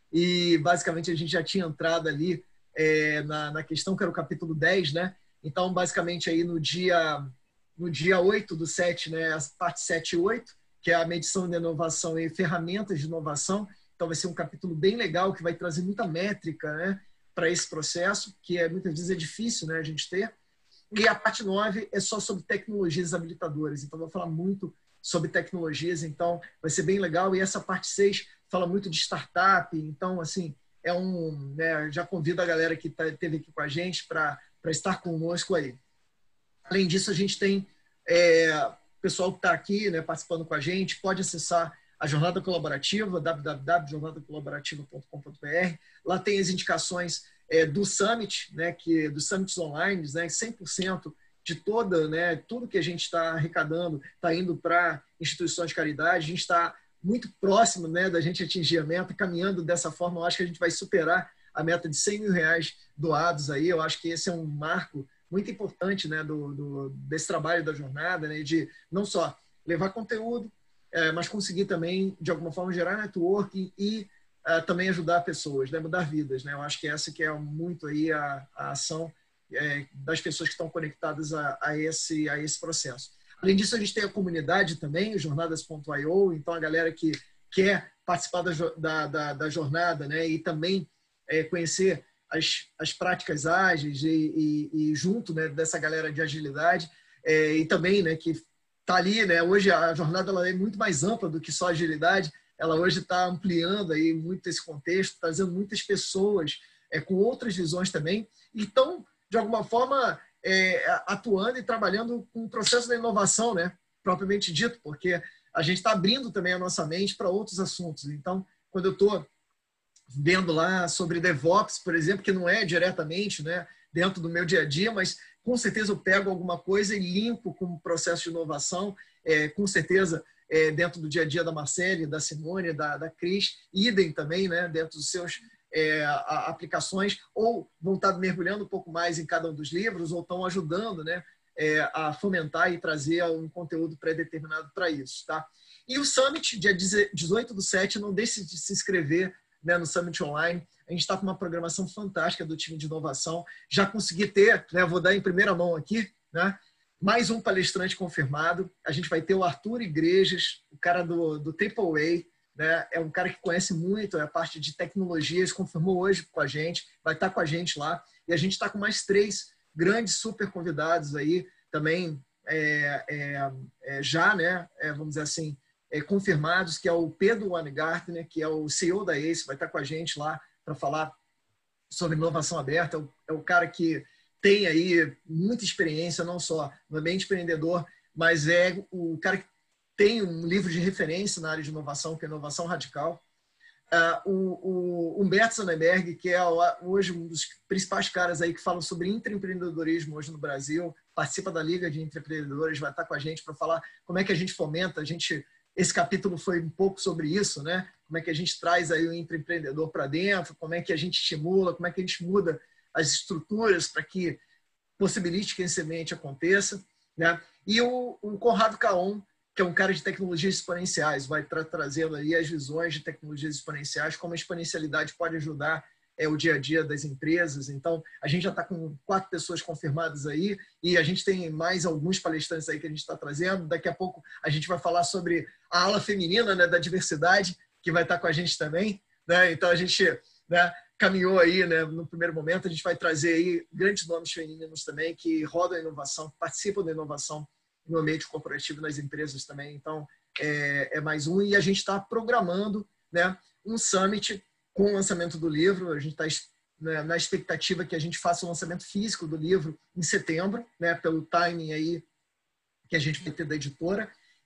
e basicamente a gente já tinha entrado ali é, na, na questão que era o capítulo dez, né? Então, basicamente, aí no dia, no dia oito do sete, né, a parte sete e oito, que é a medição de inovação e ferramentas de inovação. Então, vai ser um capítulo bem legal, que vai trazer muita métrica, né, para esse processo, que é, muitas vezes é difícil, né, a gente ter. E a parte nove é só sobre tecnologias habilitadoras. Então, vou falar muito sobre tecnologias, então vai ser bem legal. E essa parte seis fala muito de startup. Então, assim, é um, né, já convido a galera que tá, esteve aqui com a gente para para estar conosco aí. Além disso, a gente tem é, o pessoal que está aqui, né, participando com a gente, pode acessar a Jornada Colaborativa, w w w ponto jornada colaborativa ponto com ponto b r. Lá tem as indicações é, do Summit, né, que, dos Summits Online, né, cem por cento de toda, né, tudo que a gente está arrecadando está indo para instituições de caridade. A gente está muito próximo, né, da gente atingir a meta, caminhando dessa forma. Eu acho que a gente vai superar a meta de cem mil reais doados aí. Eu acho que esse é um marco muito importante, né, do, do, desse trabalho da jornada, né, de não só levar conteúdo, é, mas conseguir também, de alguma forma, gerar networking e uh, também ajudar pessoas, né, mudar vidas. Né? Eu acho que essa que é muito aí a, a ação é, das pessoas que estão conectadas a, a, esse, a esse processo. Além disso, a gente tem a comunidade também, jornadas ponto i o, então a galera que quer participar da, da, da, da jornada, né, e também É, conhecer as, as práticas ágeis e, e, e junto, né, dessa galera de agilidade, é, e também, né, que está ali, né, hoje a jornada ela é muito mais ampla do que só agilidade, ela hoje está ampliando aí muito esse contexto, trazendo muitas pessoas é, com outras visões também, e estão, de alguma forma, é, atuando e trabalhando com o processo da inovação, né, propriamente dito, porque a gente está abrindo também a nossa mente para outros assuntos. Então, quando eu estou vendo lá sobre DevOps, por exemplo, que não é diretamente, né, dentro do meu dia a dia, mas com certeza eu pego alguma coisa e limpo com o processo de inovação, é, com certeza é, dentro do dia a dia da Marcele, da Simone, da, da Cris, idem também, né, dentro dos seus é, a, aplicações, ou vão estar mergulhando um pouco mais em cada um dos livros, ou estão ajudando, né, é, a fomentar e trazer um conteúdo pré-determinado para isso. Tá? E o Summit, dia dezoito do sete, não deixe de se inscrever, né, no Summit Online. A gente está com uma programação fantástica do time de inovação. Já consegui ter, né, vou dar em primeira mão aqui, né, mais um palestrante confirmado. A gente vai ter o Arthur Igrejas, o cara do, do Triple A, né, é um cara que conhece muito a parte de tecnologias, confirmou hoje com a gente, vai estar com a gente lá. E a gente está com mais três grandes super convidados aí também, é, é, é, já, né, é, vamos dizer assim, É, confirmados, que é o Pedro Weingartner, que é o C E O da ACE, vai estar com a gente lá para falar sobre inovação aberta. É o, é o cara que tem aí muita experiência, não só no ambiente empreendedor, mas é o cara que tem um livro de referência na área de inovação, que é Inovação Radical. Uh, o, o Humberto Sonnenberg, que é hoje um dos principais caras aí que falam sobre intraempreendedorismo hoje no Brasil, participa da Liga de Intraempreendedores, vai estar com a gente para falar como é que a gente fomenta, a gente... Esse capítulo foi um pouco sobre isso, né? Como é que a gente traz aí o intraempreendedor para dentro, como é que a gente estimula, como é que a gente muda as estruturas para que possibilite que esse ambiente aconteça, né? E o, o Conrado Caon, que é um cara de tecnologias exponenciais, vai tra trazendo aí as visões de tecnologias exponenciais, como a exponencialidade pode ajudar é, o dia a dia das empresas. Então, a gente já está com quatro pessoas confirmadas aí e a gente tem mais alguns palestrantes aí que a gente está trazendo. Daqui a pouco a gente vai falar sobre a ala feminina, né, da diversidade, que vai estar com a gente também, né? Então, a gente, né, caminhou aí, né, no primeiro momento. A gente vai trazer aí grandes nomes femininos também que rodam a inovação, participam da inovação no ambiente corporativo nas empresas também. Então, é, é mais um. E a gente está programando, né, um summit com o lançamento do livro. A gente está, né, na expectativa que a gente faça o lançamento físico do livro em setembro, né, pelo timing aí que a gente vai ter da editora.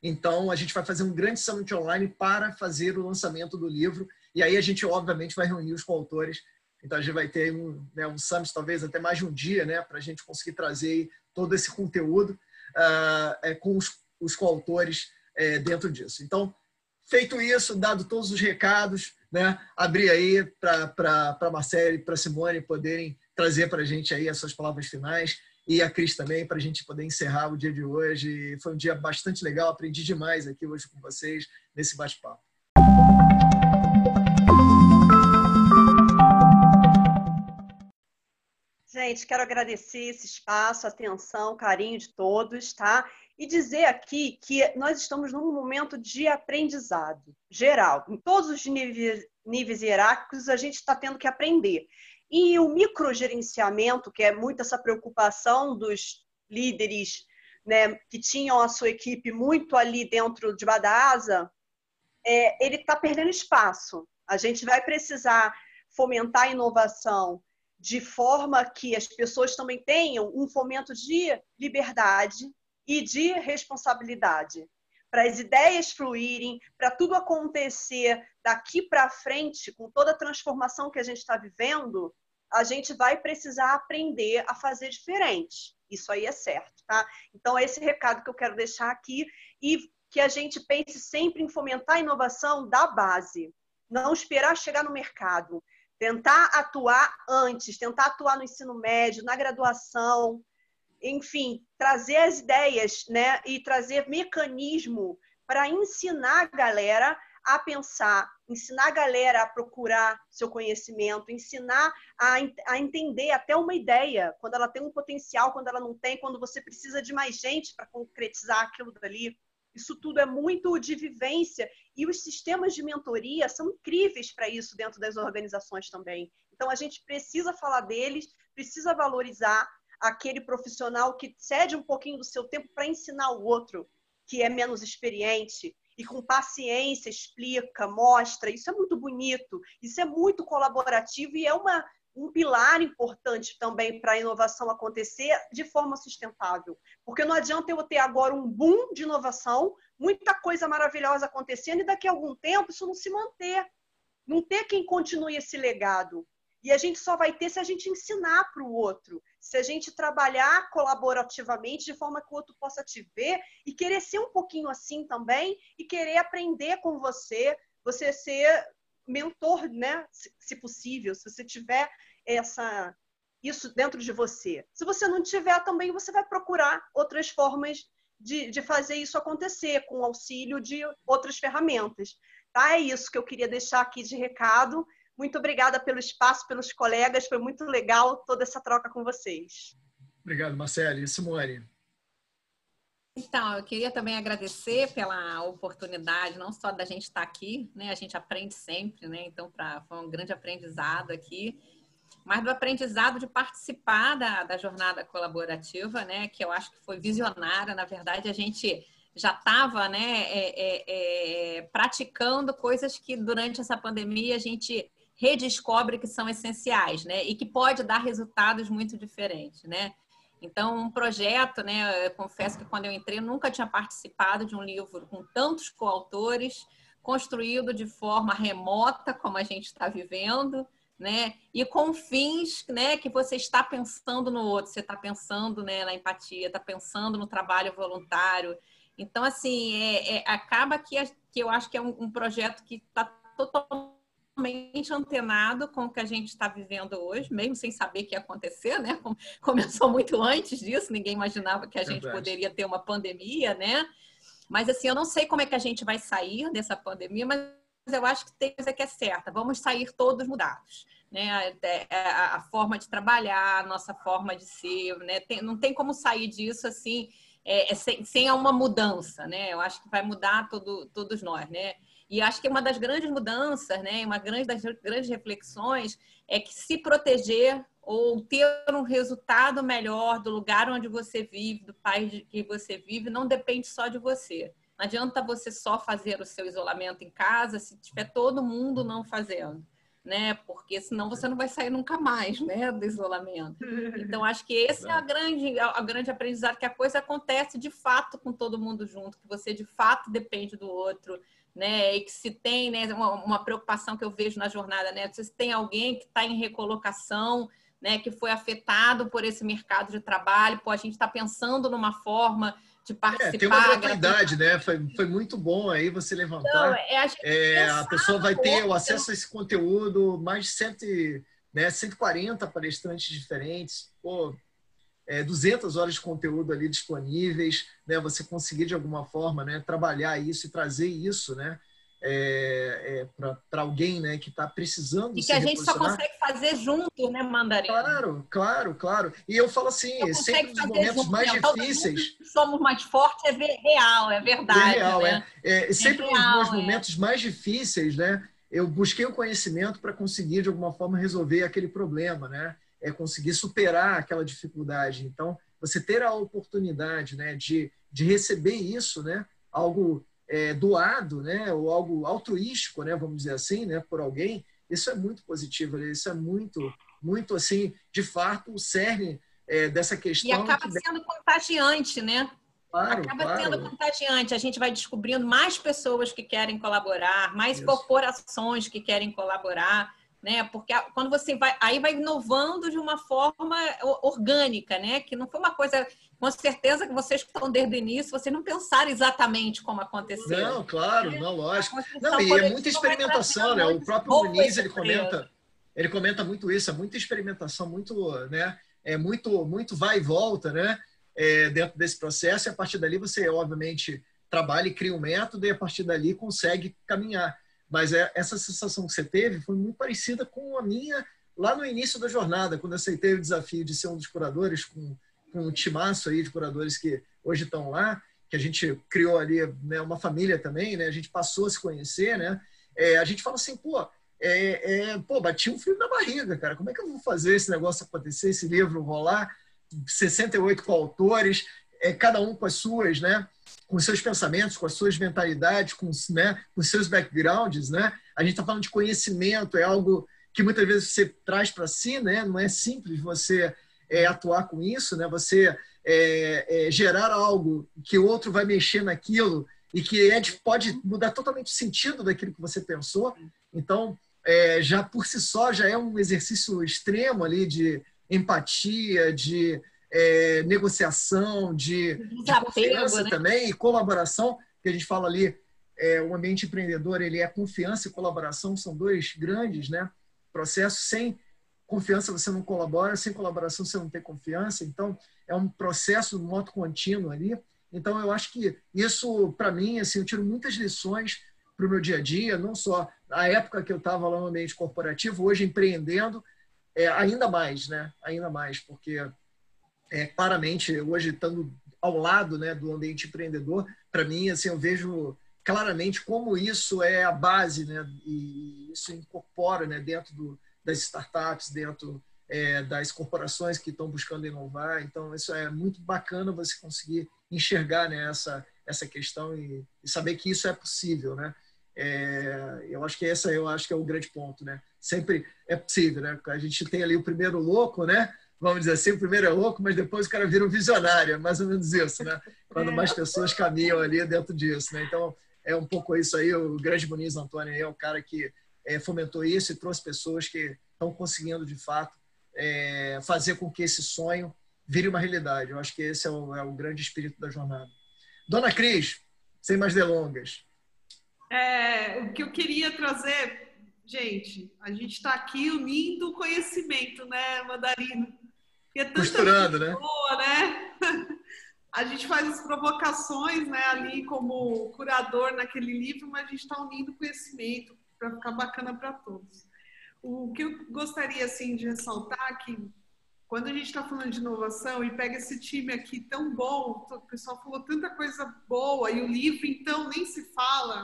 Então, a gente vai fazer um grande summit online para fazer o lançamento do livro. E aí a gente, obviamente, vai reunir os coautores. Então, a gente vai ter um, né, um summit, talvez até mais de um dia, né, para a gente conseguir trazer todo esse conteúdo uh, é, com os, os coautores é, dentro disso. Então, feito isso, dado todos os recados, né, abrir aí para a Marcela e para a Simone poderem trazer para a gente aí as suas palavras finais. E a Cris também, para a gente poder encerrar o dia de hoje. Foi um dia bastante legal, aprendi demais aqui hoje com vocês, nesse bate-papo. Gente, quero agradecer esse espaço, a atenção, o carinho de todos, tá? E dizer aqui que nós estamos num momento de aprendizado geral. Em todos os níveis, níveis hierárquicos, a gente está tendo que aprender. E o microgerenciamento, que é muito essa preocupação dos líderes, né, que tinham a sua equipe muito ali dentro de da asa, é, ele está perdendo espaço. A gente vai precisar fomentar a inovação de forma que as pessoas também tenham um fomento de liberdade e de responsabilidade, para as ideias fluírem, para tudo acontecer daqui para frente, com toda a transformação que a gente está vivendo, a gente vai precisar aprender a fazer diferente. Isso aí é certo, tá? Então, é esse recado que eu quero deixar aqui e que a gente pense sempre em fomentar a inovação da base, não esperar chegar no mercado, tentar atuar antes, tentar atuar no ensino médio, na graduação, enfim, trazer as ideias, né, e trazer mecanismo para ensinar a galera a pensar, ensinar a galera a procurar seu conhecimento, ensinar a, a entender até uma ideia, quando ela tem um potencial, quando ela não tem, quando você precisa de mais gente para concretizar aquilo dali. Isso tudo é muito de vivência e os sistemas de mentoria são incríveis para isso dentro das organizações também. Então, a gente precisa falar deles, precisa valorizar aquele profissional que cede um pouquinho do seu tempo para ensinar o outro, que é menos experiente, e com paciência explica, mostra. Isso é muito bonito, isso é muito colaborativo e é uma, um pilar importante também para a inovação acontecer de forma sustentável. Porque não adianta eu ter agora um boom de inovação, muita coisa maravilhosa acontecendo, e daqui a algum tempo isso não se manter. Não ter quem continue esse legado. E a gente só vai ter se a gente ensinar para o outro, se a gente trabalhar colaborativamente de forma que o outro possa te ver e querer ser um pouquinho assim também e querer aprender com você, você ser mentor, né? Se possível, se você tiver essa, isso dentro de você. Se você não tiver também, você vai procurar outras formas de, de fazer isso acontecer, com o auxílio de outras ferramentas. Tá? É isso que eu queria deixar aqui de recado. Muito obrigada pelo espaço, pelos colegas. Foi muito legal toda essa troca com vocês. Obrigado, Marcele. E Simone? Então, eu queria também agradecer pela oportunidade, não só da gente estar aqui, né? A gente aprende sempre, né? Então, pra, foi um grande aprendizado aqui, mas do aprendizado de participar da, da jornada colaborativa, né? Que eu acho que foi visionária. Na verdade, a gente já estava, né, é, é, é, praticando coisas que durante essa pandemia a gente redescobre que são essenciais, né? E que pode dar resultados muito diferentes, né? Então, um projeto, né? Eu confesso que quando eu entrei, eu nunca tinha participado de um livro com tantos coautores, construído de forma remota, como a gente está vivendo, né? E com fins, né, que você está pensando no outro, você está pensando, né, na empatia, está pensando no trabalho voluntário. Então, assim, é, é, acaba que, que eu acho que é um, um projeto que está totalmente antenado com o que a gente está vivendo hoje, mesmo sem saber que ia acontecer, né? Começou muito antes disso, ninguém imaginava que a gente Verdade. poderia ter uma pandemia, né? Mas, assim, eu não sei como é que a gente vai sair dessa pandemia, mas eu acho que tem coisa que é certa. Vamos sair todos mudados, né? A, a forma de trabalhar, a nossa forma de ser, né? Tem, não tem como sair disso, assim, é, é sem, sem uma mudança, né? Eu acho que vai mudar todo, todos nós, né? E acho que uma das grandes mudanças, né, uma grande, das grandes reflexões é que se proteger ou ter um resultado melhor do lugar onde você vive, do país que você vive, não depende só de você. Não adianta você só fazer o seu isolamento em casa se tiver todo mundo não fazendo, né? Porque senão você não vai sair nunca mais, né, do isolamento. Então, acho que esse é a grande, a grande aprendizado, que a coisa acontece de fato com todo mundo junto, que você de fato depende do outro, né? E que se tem, né, uma, uma preocupação que eu vejo na jornada, né? Se tem alguém que está em recolocação, né, que foi afetado por esse mercado de trabalho, pô, a gente está pensando numa forma de participar. É, tem uma gratuidade, né? Foi, foi muito bom aí você levantar. Então, é, a, é, a pessoa vai ter o acesso a esse conteúdo, mais de cento, né, cento e quarenta palestrantes diferentes, pô, é, duzentas horas de conteúdo ali disponíveis, né? Você conseguir de alguma forma, né, trabalhar isso e trazer isso, né? É, é, para alguém, né, que está precisando e se que a gente só reposicionar. consegue fazer junto, né, Mandarina? Claro, claro, claro. E eu falo assim, sempre nos momentos junto, mais né? difíceis... Somos mais fortes, é real, é verdade. É real, né? é. é sempre é nos real, meus é. momentos mais difíceis, né, eu busquei o conhecimento para conseguir, de alguma forma, resolver aquele problema, né? É conseguir superar aquela dificuldade. Então, você ter a oportunidade, né, de, de receber isso, né, algo... É, doado, né, ou algo altruístico, né, vamos dizer assim, né, por alguém, isso é muito positivo, né? Isso é muito, muito assim, de fato, o cerne é, dessa questão. E acaba que... sendo contagiante, né? Claro, acaba claro. sendo contagiante. A gente vai descobrindo mais pessoas que querem colaborar, mais isso. corporações que querem colaborar, né? Porque quando você vai, aí vai inovando de uma forma orgânica, né? Que não foi uma coisa... Com certeza que vocês que estão desde o início, vocês não pensaram exatamente como aconteceu. Não, claro, não, lógico. Não, e é muita experimentação, né? O próprio Muniz, ele comenta, ele comenta muito isso, é muita experimentação, muito, né? É muito, muito vai e volta, né? É, dentro desse processo, e a partir dali você, obviamente, trabalha e cria um método, e a partir dali consegue caminhar. Mas é, essa sensação que você teve foi muito parecida com a minha lá no início da jornada, quando eu aceitei o desafio de ser um dos curadores com com um timaço aí de curadores que hoje estão lá, que a gente criou ali, né, uma família também, né, a gente passou a se conhecer, né, é, a gente fala assim, pô, é, é, pô, bati um frio na barriga, cara, como é que eu vou fazer esse negócio acontecer, esse livro rolar, sessenta e oito coautores, é, cada um com as suas, né, com os seus pensamentos, com as suas mentalidades, com, né, com os seus backgrounds, né, a gente está falando de conhecimento, é algo que muitas vezes você traz para si, né, não é simples você É, atuar com isso, né? Você é, é, gerar algo que o outro vai mexer naquilo e que é de, pode mudar totalmente o sentido daquilo que você pensou. Então, é, já por si só, já é um exercício extremo ali de empatia, de é, negociação, de, de confiança, né? Também, e colaboração, que a gente fala ali, é, o ambiente empreendedor, ele é confiança e colaboração, são dois grandes, né, processos. Sem confiança você não colabora, sem colaboração você não tem confiança, então é um processo moto contínuo ali. Então eu acho que isso, para mim, assim, eu tiro muitas lições para o meu dia a dia, não só na época que eu estava lá no ambiente corporativo, hoje empreendendo, é, ainda mais, né? Ainda mais, porque é, claramente, hoje estando ao lado, né, do ambiente empreendedor, para mim, assim, eu vejo claramente como isso é a base, né? E isso incorpora, né, dentro do das startups, dentro é, das corporações que estão buscando inovar. Então, isso é muito bacana você conseguir enxergar, né, essa, essa questão e, e saber que isso é possível, né? É, eu acho que esse eu acho que é o grande ponto, né? Sempre é possível, né? A gente tem ali o primeiro louco, né? Vamos dizer assim, o primeiro é louco, mas depois o cara vira um visionário, é mais ou menos isso, né? Quando mais pessoas caminham ali dentro disso, né? Então, é um pouco isso aí. O grande Muniz Antônio é o cara que É, fomentou isso e trouxe pessoas que estão conseguindo, de fato, é, fazer com que esse sonho vire uma realidade. Eu acho que esse é o, é o grande espírito da jornada. Dona Cris, sem mais delongas. É, o que eu queria trazer, gente, a gente está aqui unindo o conhecimento, né, Mandarina? É costurando, né? Boa, né? A gente faz as provocações, né, ali como curador naquele livro, mas a gente está unindo o conhecimento para ficar bacana para todos. O que eu gostaria, assim, de ressaltar é que quando a gente está falando de inovação e pega esse time aqui tão bom, o pessoal falou tanta coisa boa e o livro, então, nem se fala.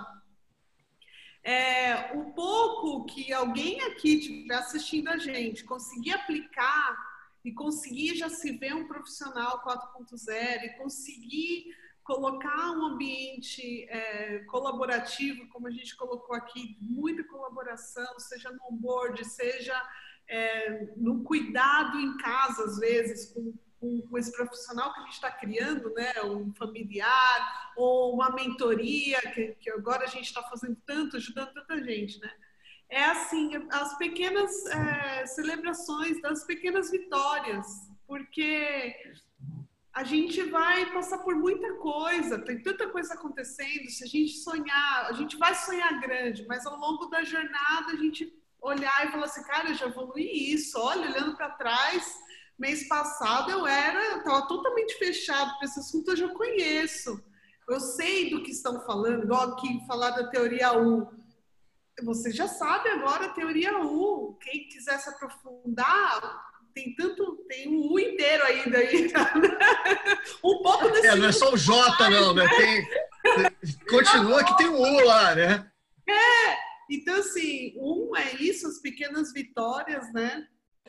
É, o pouco que alguém aqui estiver assistindo a gente conseguir aplicar e conseguir já se ver um profissional quatro ponto zero e conseguir colocar um ambiente é, colaborativo, como a gente colocou aqui, muita colaboração, seja no onboard, seja é, no cuidado em casa, às vezes, com, com, com esse profissional que a gente está criando, né? Um familiar, ou uma mentoria, que, que agora a gente está fazendo tanto, ajudando tanta gente, né? É assim, as pequenas é, celebrações das pequenas vitórias, porque a gente vai passar por muita coisa, tem tanta coisa acontecendo. Se a gente sonhar, a gente vai sonhar grande, mas ao longo da jornada a gente olhar e falar assim, cara, eu já evoluí isso, olha, olhando para trás, mês passado eu era, estava totalmente fechado para esse assunto, eu já conheço, eu sei do que estão falando, igual aqui falar da teoria U. Você já sabe agora a teoria U, quem quiser se aprofundar, tem tanto, tem um U inteiro ainda aí, um pouco desse É, não é só o J, não, né? Tem, continua que tem o U lá, né? É, então assim, um é isso, as pequenas vitórias, né?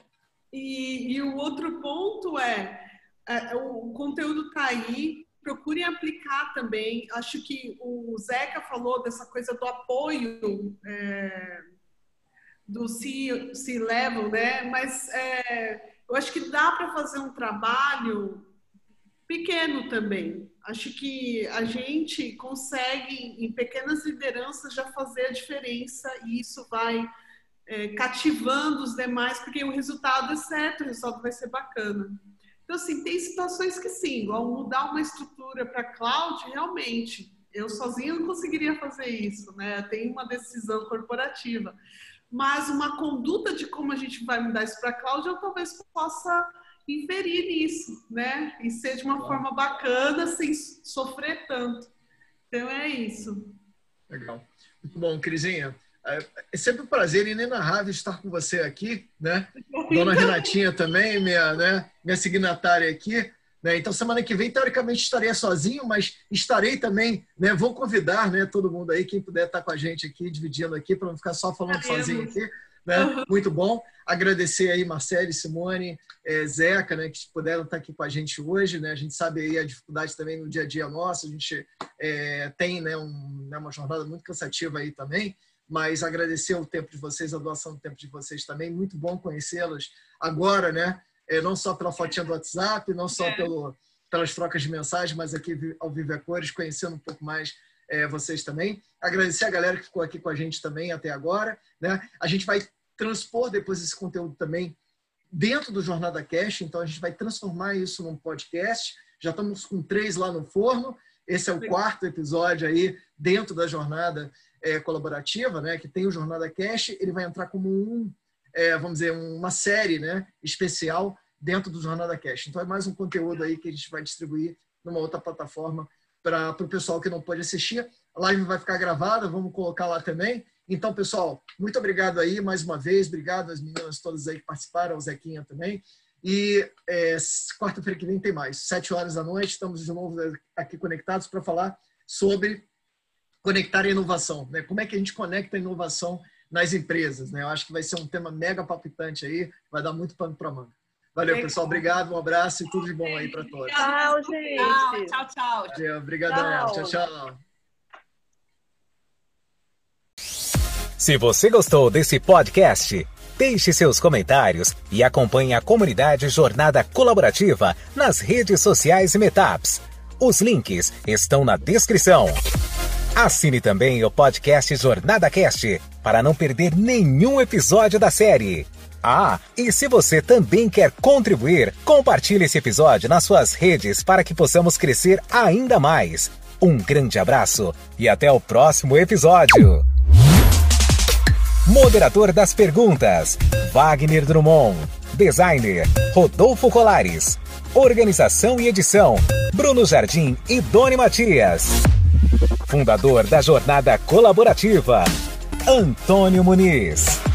E, e o outro ponto é, é o, o conteúdo tá aí, procurem aplicar também. Acho que o Zeca falou dessa coisa do apoio é, do C-level, né? Mas é, eu acho que dá para fazer um trabalho pequeno também. Acho que a gente consegue, em pequenas lideranças, já fazer a diferença e isso vai é, cativando os demais, porque o resultado é certo, o resultado vai ser bacana. Então, assim, tem situações que sim, igual mudar uma estrutura para cloud, realmente, eu sozinha não conseguiria fazer isso, né? Tem uma decisão corporativa. Mas uma conduta de como a gente vai mudar isso para cloud, eu talvez possa inferir nisso, né? E ser de uma claro. forma bacana, sem sofrer tanto. Então, é isso. Legal. Muito bom, Crisinha. É sempre um prazer inenarrável estar com você aqui, né? Dona Renatinha também, minha, né? minha signatária aqui. Né? Então, semana que vem, teoricamente, estarei sozinho, mas estarei também, né? Vou convidar, né, todo mundo aí, quem puder estar com a gente aqui, dividindo aqui, para não ficar só falando Caramba. sozinho aqui. Né? Uhum. Muito bom. Agradecer aí Marcele, Simone, é, Zeca, né, que puderam estar aqui com a gente hoje. Né? A gente sabe aí a dificuldade também no dia a dia nosso. A gente é, tem né, um, né, uma jornada muito cansativa aí também. Mas agradecer o tempo de vocês, a doação do tempo de vocês também. Muito bom conhecê-los agora, né? É, não só pela fotinha do WhatsApp, não só é. pelo, pelas trocas de mensagem, mas aqui ao Vivo é Cores, conhecendo um pouco mais é, vocês também. Agradecer a galera que ficou aqui com a gente também até agora. Né? A gente vai transpor depois esse conteúdo também dentro do Jornada Cast, então a gente vai transformar isso num podcast. Já estamos com três lá no forno. Esse é o quarto episódio aí dentro da jornada é, colaborativa, né? Que tem o Jornada Cast. Ele vai entrar como um, é, vamos dizer, uma série, né? especial dentro do Jornada Cast. Então é mais um conteúdo aí que a gente vai distribuir numa outra plataforma para o pessoal que não pode assistir. A live vai ficar gravada, vamos colocar lá também. Então, pessoal, muito obrigado aí mais uma vez. Obrigado às meninas todas aí que participaram, ao Zequinha também. E é, quarta-feira que vem tem mais. Sete horas da noite, estamos de novo aqui conectados para falar sobre conectar a inovação. Né? Como é que a gente conecta a inovação nas empresas? Né? Eu acho que vai ser um tema mega palpitante aí, vai dar muito pano para manga. Valeu, pessoal. Obrigado, um abraço e tudo de bom aí para todos. Tchau, gente. Tchau, tchau. tchau. Obrigadão. Tchau, tchau. Se você gostou desse podcast, deixe seus comentários e acompanhe a comunidade Jornada Colaborativa nas redes sociais e Meetups. Os links estão na descrição. Assine também o podcast Jornada Cast para não perder nenhum episódio da série. Ah, e se você também quer contribuir, compartilhe esse episódio nas suas redes para que possamos crescer ainda mais. Um grande abraço e até o próximo episódio. Moderador das perguntas, Wagner Drummond. Designer, Rodolfo Colares. Organização e edição, Bruno Jardim e Doni Matias. Fundador da Jornada Colaborativa, Antônio Muniz.